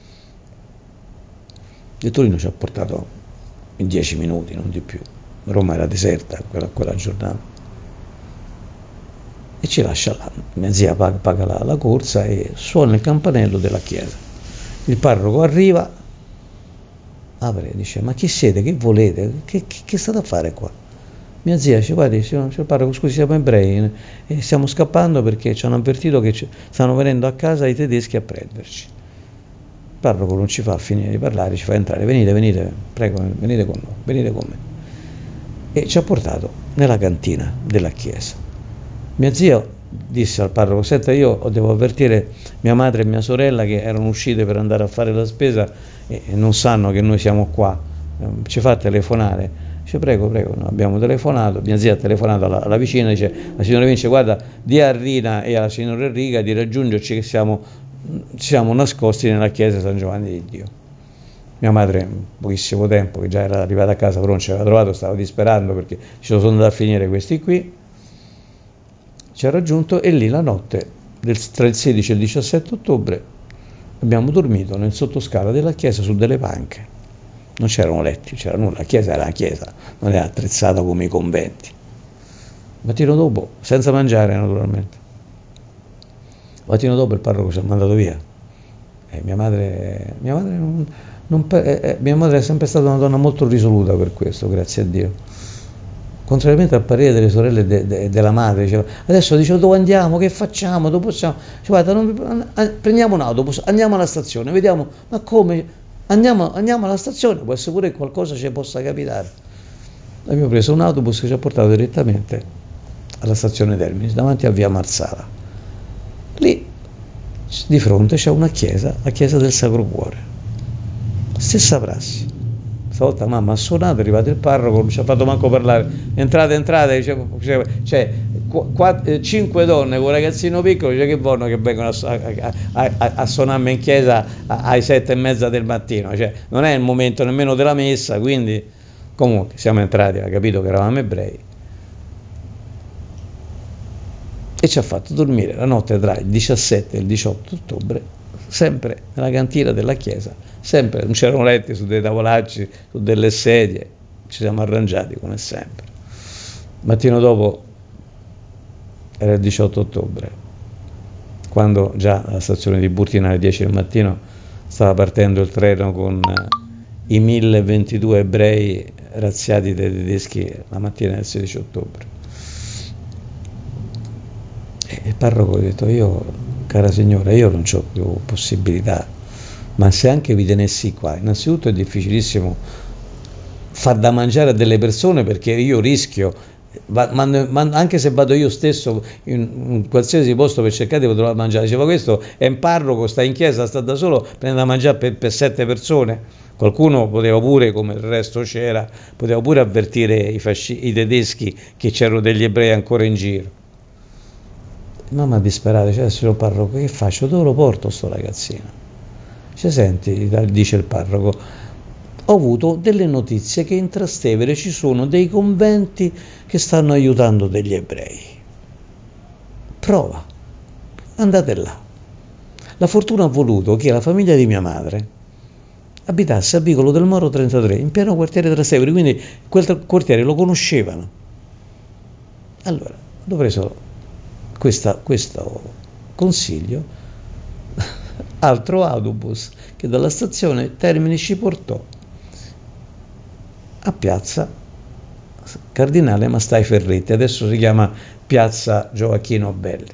vetturino ci ha portato in 10 minuti, non di più. Roma era deserta quella giornata. E ci lascia là. Mia zia paga la corsa e suona il campanello della chiesa. Il parroco arriva, apre e dice: ma chi siete? Che volete? Che state a fare qua? Mia zia dice: guardi, signor parroco, scusi, siamo ebrei e stiamo scappando perché ci hanno avvertito che stanno venendo a casa i tedeschi a prenderci. Il parroco non ci fa finire di parlare, ci fa entrare: venite, prego, venite con me. E ci ha portato nella cantina della chiesa. Mia zia disse al parroco: senta, io devo avvertire mia madre e mia sorella che erano uscite per andare a fare la spesa e non sanno che noi siamo qua, ci fa telefonare. Dice: prego, no, abbiamo telefonato. Mia zia ha telefonato alla vicina, dice: la signora Vince, guarda, di a Rina e alla signora Enrica di raggiungerci che ci siamo nascosti nella chiesa San Giovanni di Dio. Mia madre, in pochissimo tempo, che già era arrivata a casa, però non ci aveva trovato, stava disperando perché ci sono andati a finire questi qui. Ci ha raggiunto e lì la notte tra il 16 e il 17 ottobre abbiamo dormito nel sottoscala della chiesa su delle panche. Non c'erano letti, non c'era nulla, la chiesa era una chiesa, non era attrezzata come i conventi. Mattino dopo, senza mangiare naturalmente, mattino dopo il parroco ci ha mandato via. E mia madre è sempre stata una donna molto risoluta per questo, grazie a Dio. Contrariamente al parere delle sorelle della madre, diceva: adesso dove andiamo, che facciamo, dopo possiamo, guarda, prendiamo un autobus, andiamo alla stazione, vediamo. Ma come? Andiamo alla stazione, può essere pure che qualcosa ci possa capitare. Abbiamo preso un autobus che ci ha portato direttamente alla stazione Termini, davanti a via Marsala. Lì di fronte c'è una chiesa, la chiesa del Sacro Cuore, stessa prassi. Stavolta mamma ha suonato, è arrivato il parroco, non ci ha fatto manco parlare. Entrate, diceva, c'è 5 donne con un ragazzino piccolo, dice: che buono che vengono a suonarmi in chiesa alle 7:30 del mattino, cioè non è il momento nemmeno della messa. Quindi comunque siamo entrati, ha capito che eravamo ebrei e ci ha fatto dormire la notte tra il 17 e il 18 ottobre sempre nella cantina della chiesa, sempre, non c'erano letti, su dei tavolacci, su delle sedie, ci siamo arrangiati come sempre. Mattino dopo era il 18 ottobre, quando già alla stazione di Burtina alle 10 del mattino stava partendo il treno con i 1022 ebrei razziati dai tedeschi la mattina del 16 ottobre. E il parroco ha detto: io, cara signora, io non ho più possibilità, ma se anche vi tenessi qua, innanzitutto è difficilissimo far da mangiare a delle persone, perché io rischio, anche se vado io stesso in qualsiasi posto per cercare di poter mangiare. Diceva: questo è un parroco, sta in chiesa, sta da solo, prende da mangiare per 7 persone. Qualcuno poteva pure, come il resto c'era, poteva pure avvertire i tedeschi che c'erano degli ebrei ancora in giro. Mamma disperata, dice: adesso il parroco, che faccio? Dove lo porto sto ragazzino? Dice: senti, dice il parroco, ho avuto delle notizie che in Trastevere ci sono dei conventi che stanno aiutando degli ebrei. Prova, andate là. La fortuna ha voluto che la famiglia di mia madre abitasse a Vicolo del Moro 33, in pieno quartiere Trastevere, quindi quel quartiere lo conoscevano. Allora, ho preso questo consiglio, altro autobus che dalla stazione Termini ci portò a piazza Cardinale Mastai Ferretti, adesso si chiama piazza Gioacchino Belli,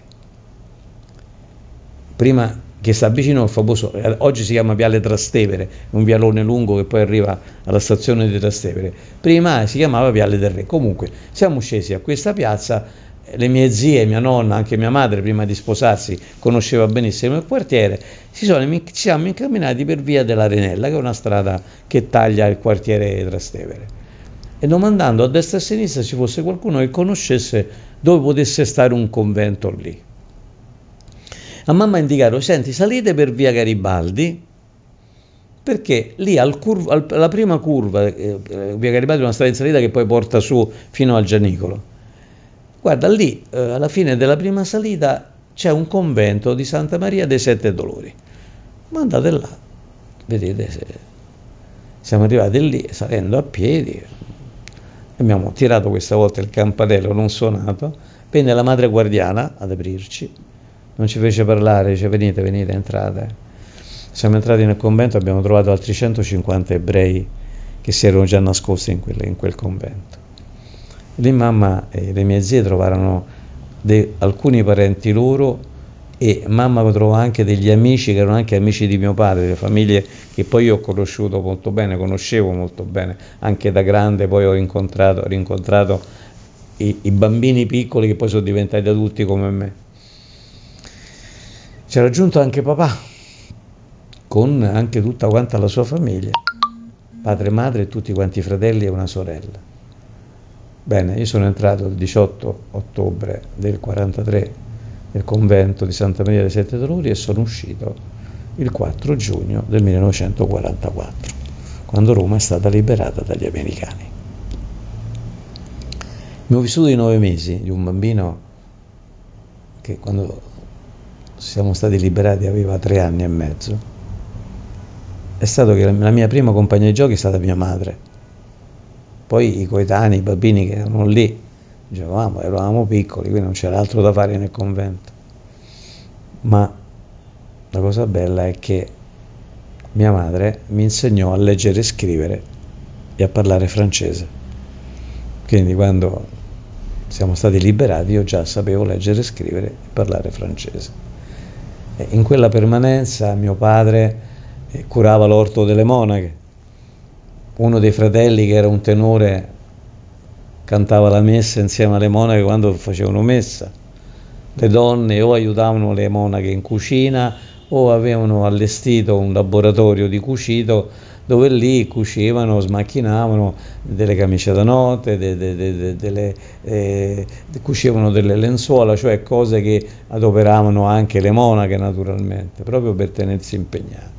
prima, che sta vicino al famoso, oggi si chiama Viale Trastevere, un vialone lungo che poi arriva alla stazione di Trastevere, prima si chiamava Viale del Re. Comunque siamo scesi a questa piazza le mie zie, mia nonna, anche mia madre prima di sposarsi conosceva benissimo il quartiere, ci siamo incamminati per via dell'Arenella, che è una strada che taglia il quartiere Trastevere, e domandando a destra e a sinistra ci fosse qualcuno che conoscesse dove potesse stare un convento lì. A mamma ha indicato: senti, salite per via Garibaldi, perché lì alla prima curva, via Garibaldi è una strada in salita che poi porta su fino al Gianicolo. Guarda, lì alla fine della prima salita c'è un convento di Santa Maria dei Sette Dolori. Ma andate là, vedete, siamo arrivati lì salendo a piedi, abbiamo tirato questa volta il campanello non suonato, venne la madre guardiana ad aprirci, non ci fece parlare, dice: venite, entrate. Siamo entrati nel convento, abbiamo trovato altri 150 ebrei che si erano già nascosti in quel convento. Lì mamma e le mie zie trovarono alcuni parenti loro, e mamma trovò anche degli amici che erano anche amici di mio padre, delle famiglie che poi io ho conosciuto molto bene, conoscevo molto bene, anche da grande poi ho rincontrato i bambini piccoli che poi sono diventati adulti come me. Ci ha raggiunto anche papà, con anche tutta quanta la sua famiglia, padre, madre e tutti quanti i fratelli e una sorella. Bene, io sono entrato il 18 ottobre del 43 nel convento di Santa Maria dei Sette Dolori e sono uscito il 4 giugno del 1944, quando Roma è stata liberata dagli americani. Abbiamo vissuto i 9 mesi di un bambino che, quando siamo stati liberati, aveva 3 anni e mezzo. È stato che la mia prima compagna di giochi è stata mia madre. Poi i coetanei, i bambini che erano lì, dicevamo, eravamo piccoli, quindi non c'era altro da fare nel convento. Ma la cosa bella è che mia madre mi insegnò a leggere e scrivere e a parlare francese. Quindi quando siamo stati liberati io già sapevo leggere e scrivere e parlare francese. E in quella permanenza mio padre curava l'orto delle monache. Uno dei fratelli, che era un tenore, cantava la messa insieme alle monache quando facevano messa. Le donne o aiutavano le monache in cucina o avevano allestito un laboratorio di cucito dove lì cucivano, smacchinavano delle camicie da notte, cucivano delle lenzuola, cioè cose che adoperavano anche le monache naturalmente, proprio per tenersi impegnate.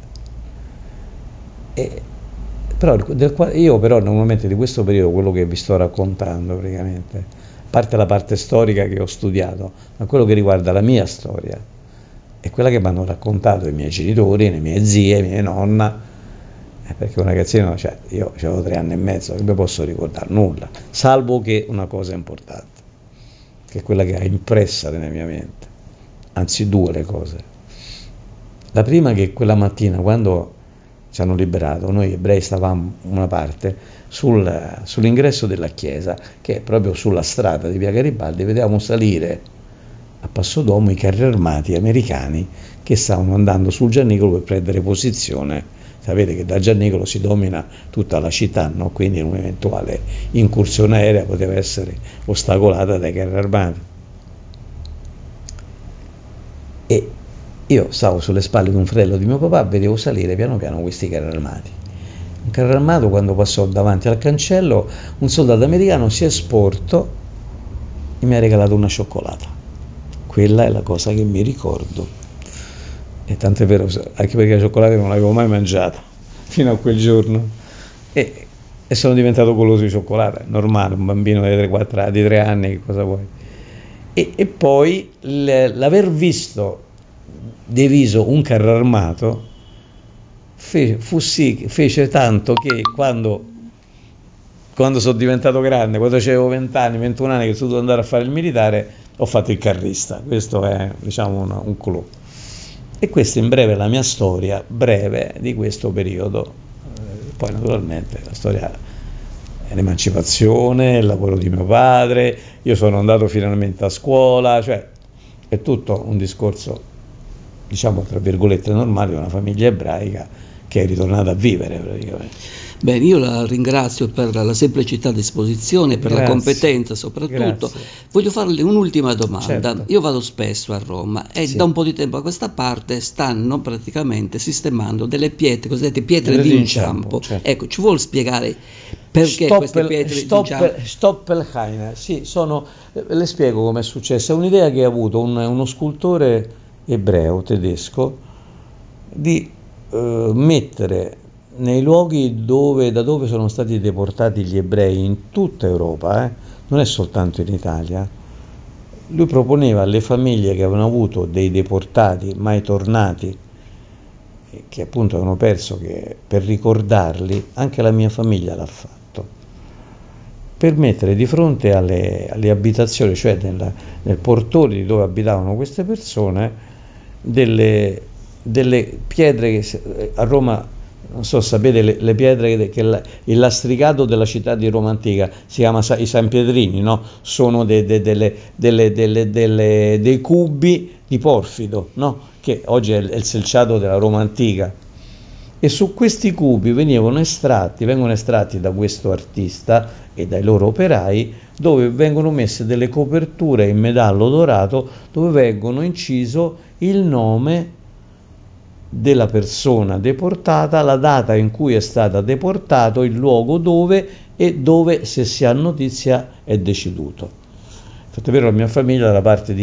Io però normalmente di questo periodo, quello che vi sto raccontando praticamente, a parte la parte storica che ho studiato, ma quello che riguarda la mia storia è quella che mi hanno raccontato i miei genitori, le mie zie, mia nonna, perché un ragazzino, cioè io avevo 3 anni e mezzo, che mi posso ricordare nulla, salvo che una cosa importante, che è quella che ha impressa nella mia mente, anzi 2 le cose. La prima, che quella mattina quando ci hanno liberato, noi ebrei stavamo una parte sull'ingresso della chiesa, che è proprio sulla strada di via Garibaldi, vedevamo salire a passo d'uomo i carri armati americani che stavano andando sul Gianicolo per prendere posizione. Sapete che da Gianicolo si domina tutta la città, no? Quindi un'eventuale incursione aerea poteva essere ostacolata dai carri armati. E io stavo sulle spalle di un fratello di mio papà, vedevo salire piano piano questi carri armati. Un carro armato, quando passò davanti al cancello, un soldato americano si è sporto e mi ha regalato una cioccolata. Quella è la cosa che mi ricordo. E tanto è vero, anche perché la cioccolata non l'avevo mai mangiata fino a quel giorno. E sono diventato goloso di cioccolata, è normale, un bambino di 3 anni, che cosa vuoi? E poi l'aver visto diviso un carro armato fece tanto che quando sono diventato grande, quando avevo 20 anni, 21 anni, che sono dovuto andare a fare il militare, ho fatto il carrista. Questo è, diciamo, un clou. E questa in breve è la mia storia breve di questo periodo. Poi naturalmente la storia è l'emancipazione, il lavoro di mio padre, io sono andato finalmente a scuola, cioè è tutto un discorso, diciamo tra virgolette, normale di una famiglia ebraica che è ritornata a vivere praticamente. Bene, io la ringrazio per la semplicità di esposizione, per la competenza soprattutto. Grazie. Voglio farle un'ultima domanda. Certo. Io vado spesso a Roma e Sì. da un po' di tempo a questa parte stanno praticamente sistemando delle pietre, cosiddette pietre di inciampo. certo. Ecco, ci vuol spiegare perché queste pietre di inciampo? Stoppelheiner, sì, le spiego come è successo. È un'idea che ha avuto uno scultore ebreo tedesco di mettere nei luoghi da dove sono stati deportati gli ebrei in tutta Europa, non è soltanto in Italia. Lui proponeva alle famiglie che avevano avuto dei deportati mai tornati, che appunto avevano perso, che per ricordarli, anche la mia famiglia l'ha fatto, per mettere di fronte alle abitazioni, cioè nel portone di dove abitavano queste persone, delle pietre che a Roma, non so, sapete, le pietre che il lastricato della città di Roma antica si chiama i San Pietrini, no? Sono dei cubi di porfido, no? Che oggi è il selciato della Roma antica, e su questi cubi vengono estratti da questo artista e dai loro operai, dove vengono messe delle coperture in metallo dorato dove vengono inciso il nome della persona deportata, la data in cui è stata deportato, il luogo dove, se si ha notizia, è deceduto. Infatti, vero, la mia famiglia, da parte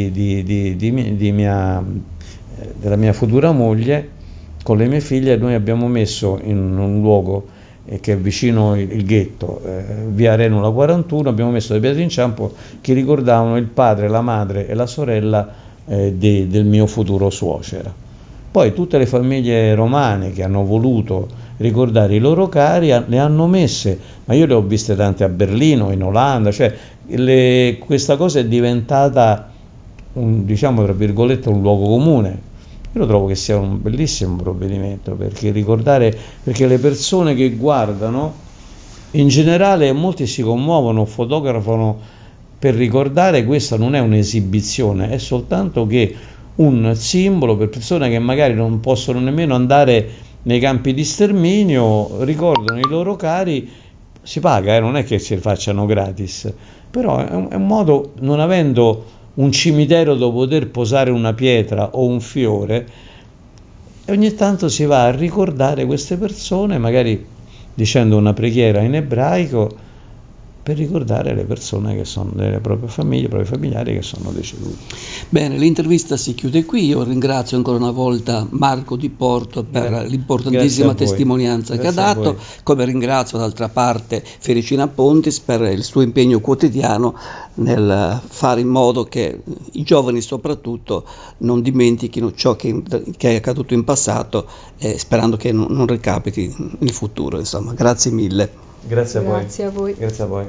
della mia futura moglie, con le mie figlie, noi abbiamo messo in un luogo che è vicino il ghetto, via Arenula 41, abbiamo messo le pietre d'inciampo che ricordavano il padre, la madre e la sorella del mio futuro suocera. Poi tutte le famiglie romane che hanno voluto ricordare i loro cari le hanno messe, ma io le ho viste tante a Berlino, in Olanda, cioè questa cosa è diventata diciamo tra virgolette un luogo comune. Io lo trovo che sia un bellissimo provvedimento, perché le persone che guardano, in generale molti si commuovono, fotografano per ricordare. Questa non è un'esibizione, è soltanto che un simbolo per persone che magari non possono nemmeno andare nei campi di sterminio, ricordano i loro cari. Si paga, non è che si facciano gratis, però è un modo, non avendo un cimitero dove poter posare una pietra o un fiore, e ogni tanto si va a ricordare queste persone, magari dicendo una preghiera in ebraico, per ricordare le persone che sono delle proprie famiglie, i propri familiari che sono deceduti. Bene, l'intervista si chiude qui. Io ringrazio ancora una volta Marco Di Porto per l'importantissima testimonianza che ha dato, come ringrazio d'altra parte Fericina Pontis per il suo impegno quotidiano nel fare in modo che i giovani soprattutto non dimentichino ciò che è accaduto in passato, sperando che non ricapiti in futuro. Insomma, grazie mille. Grazie a voi. Grazie a voi. Grazie a voi.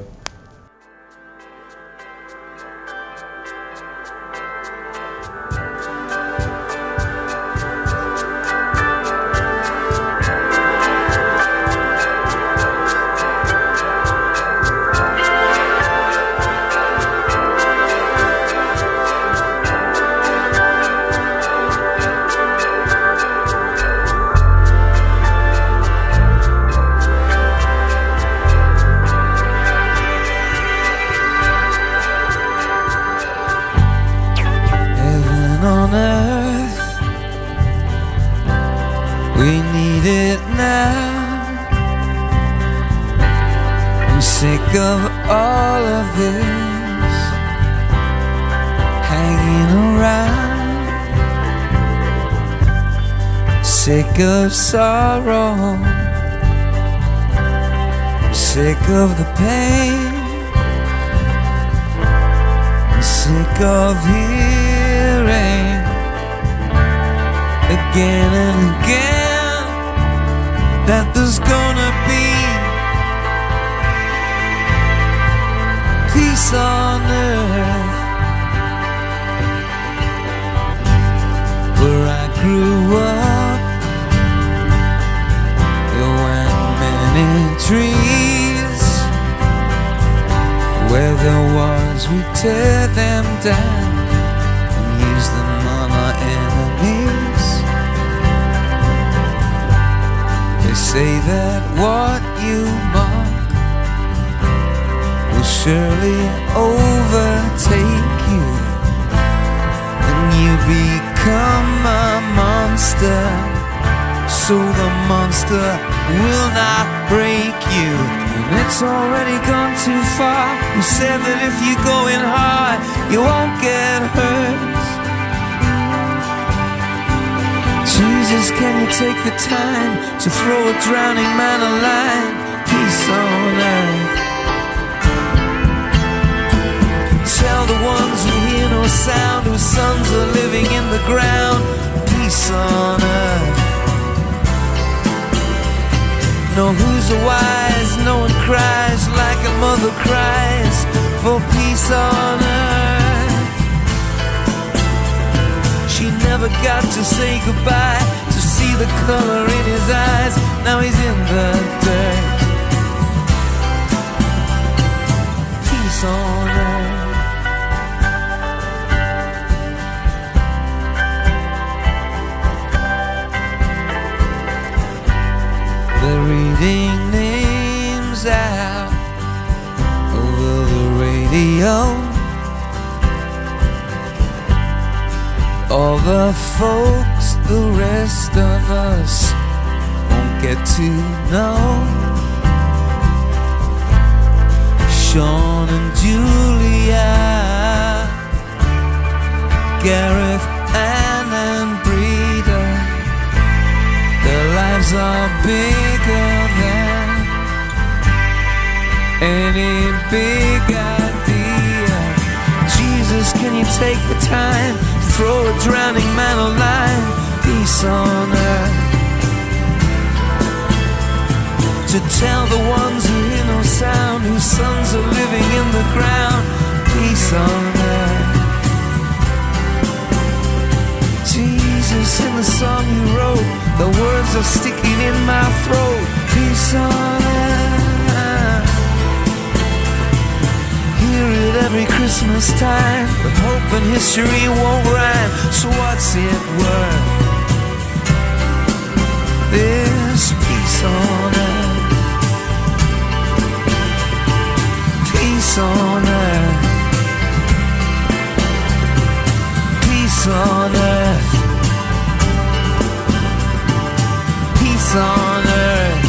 Sick of sorrow, I'm sick of the pain, I'm sick of hearing again and again that there's gonna be peace on earth. Where I grew up, trees, where there was, we tear them down and use them on our enemies. say that what you mock will surely overtake you, and you become a monster, so the monster will not break you. And it's already gone too far. You said that if you're going hard, you won't get hurt. Jesus, can you take the time to throw a drowning man a line? Peace on earth. Tell the ones who hear no sound, whose sons are living in the ground, peace on earth. No, who's a wise? No one cries like a mother cries for peace on earth. She never got to say goodbye, to see the color in his eyes. Now he's in the dirt. Peace on earth. They're reading names out over the radio. All the folks the rest of us won't get to know. Sean and Julia, Gareth, Ann and Breda, their lives are bigger than any big idea. Jesus, can you take the time to throw a drowning man a line? Peace on earth. To tell the ones who hear no sound, whose sons are living in the ground, peace on earth. Jesus, in the song you wrote, the words are sticking in my throat. Peace on earth. Hear it every Christmas time, but hope and history won't rhyme. So what's it worth? This peace on earth. Peace on earth. Peace on earth. Peace on earth.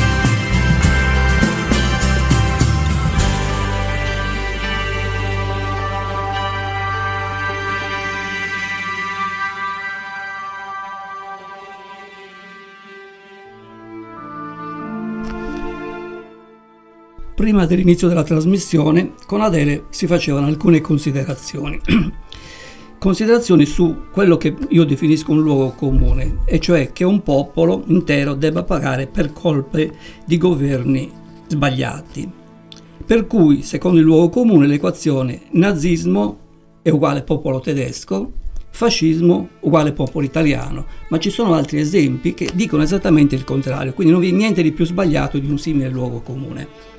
Prima dell'inizio della trasmissione, con Adele si facevano alcune considerazioni. Considerazioni su quello che io definisco un luogo comune, e cioè che un popolo intero debba pagare per colpe di governi sbagliati. Per cui, secondo il luogo comune, l'equazione nazismo è uguale popolo tedesco, fascismo uguale popolo italiano, ma ci sono altri esempi che dicono esattamente il contrario, quindi non vi è niente di più sbagliato di un simile luogo comune.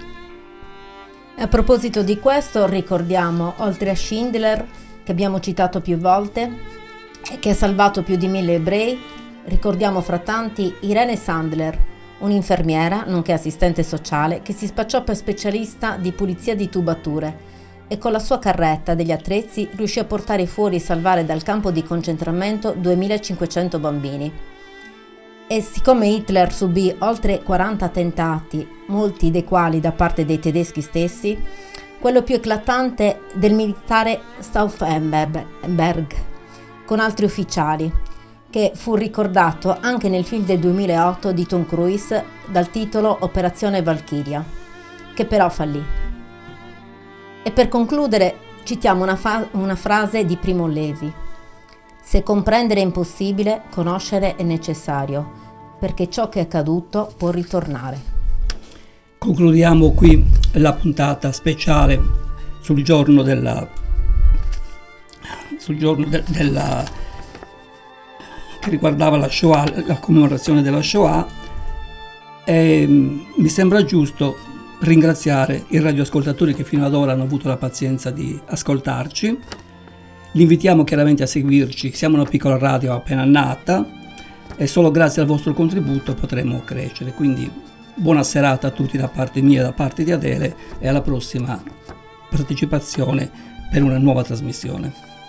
A proposito di questo, ricordiamo, oltre a Schindler, che abbiamo citato più volte e che ha salvato più di 1000 ebrei, ricordiamo fra tanti Irene Sandler, un'infermiera nonché assistente sociale che si spacciò per specialista di pulizia di tubature e con la sua carretta degli attrezzi riuscì a portare fuori e salvare dal campo di concentramento 2500 bambini. E siccome Hitler subì oltre 40 attentati, molti dei quali da parte dei tedeschi stessi, quello più eclatante del militare Stauffenberg, con altri ufficiali, che fu ricordato anche nel film del 2008 di Tom Cruise dal titolo Operazione Valchiria, che però fallì. E per concludere citiamo una frase di Primo Levi: se comprendere è impossibile, conoscere è necessario, perché ciò che è accaduto può ritornare. Concludiamo qui la puntata speciale sul giorno della che riguardava la Shoah, la commemorazione della Shoah, e mi sembra giusto ringraziare i radioascoltatori che fino ad ora hanno avuto la pazienza di ascoltarci. Li invitiamo chiaramente a seguirci, siamo una piccola radio appena nata, e solo grazie al vostro contributo potremo crescere. Quindi buona serata a tutti da parte mia e da parte di Adele, e alla prossima partecipazione per una nuova trasmissione.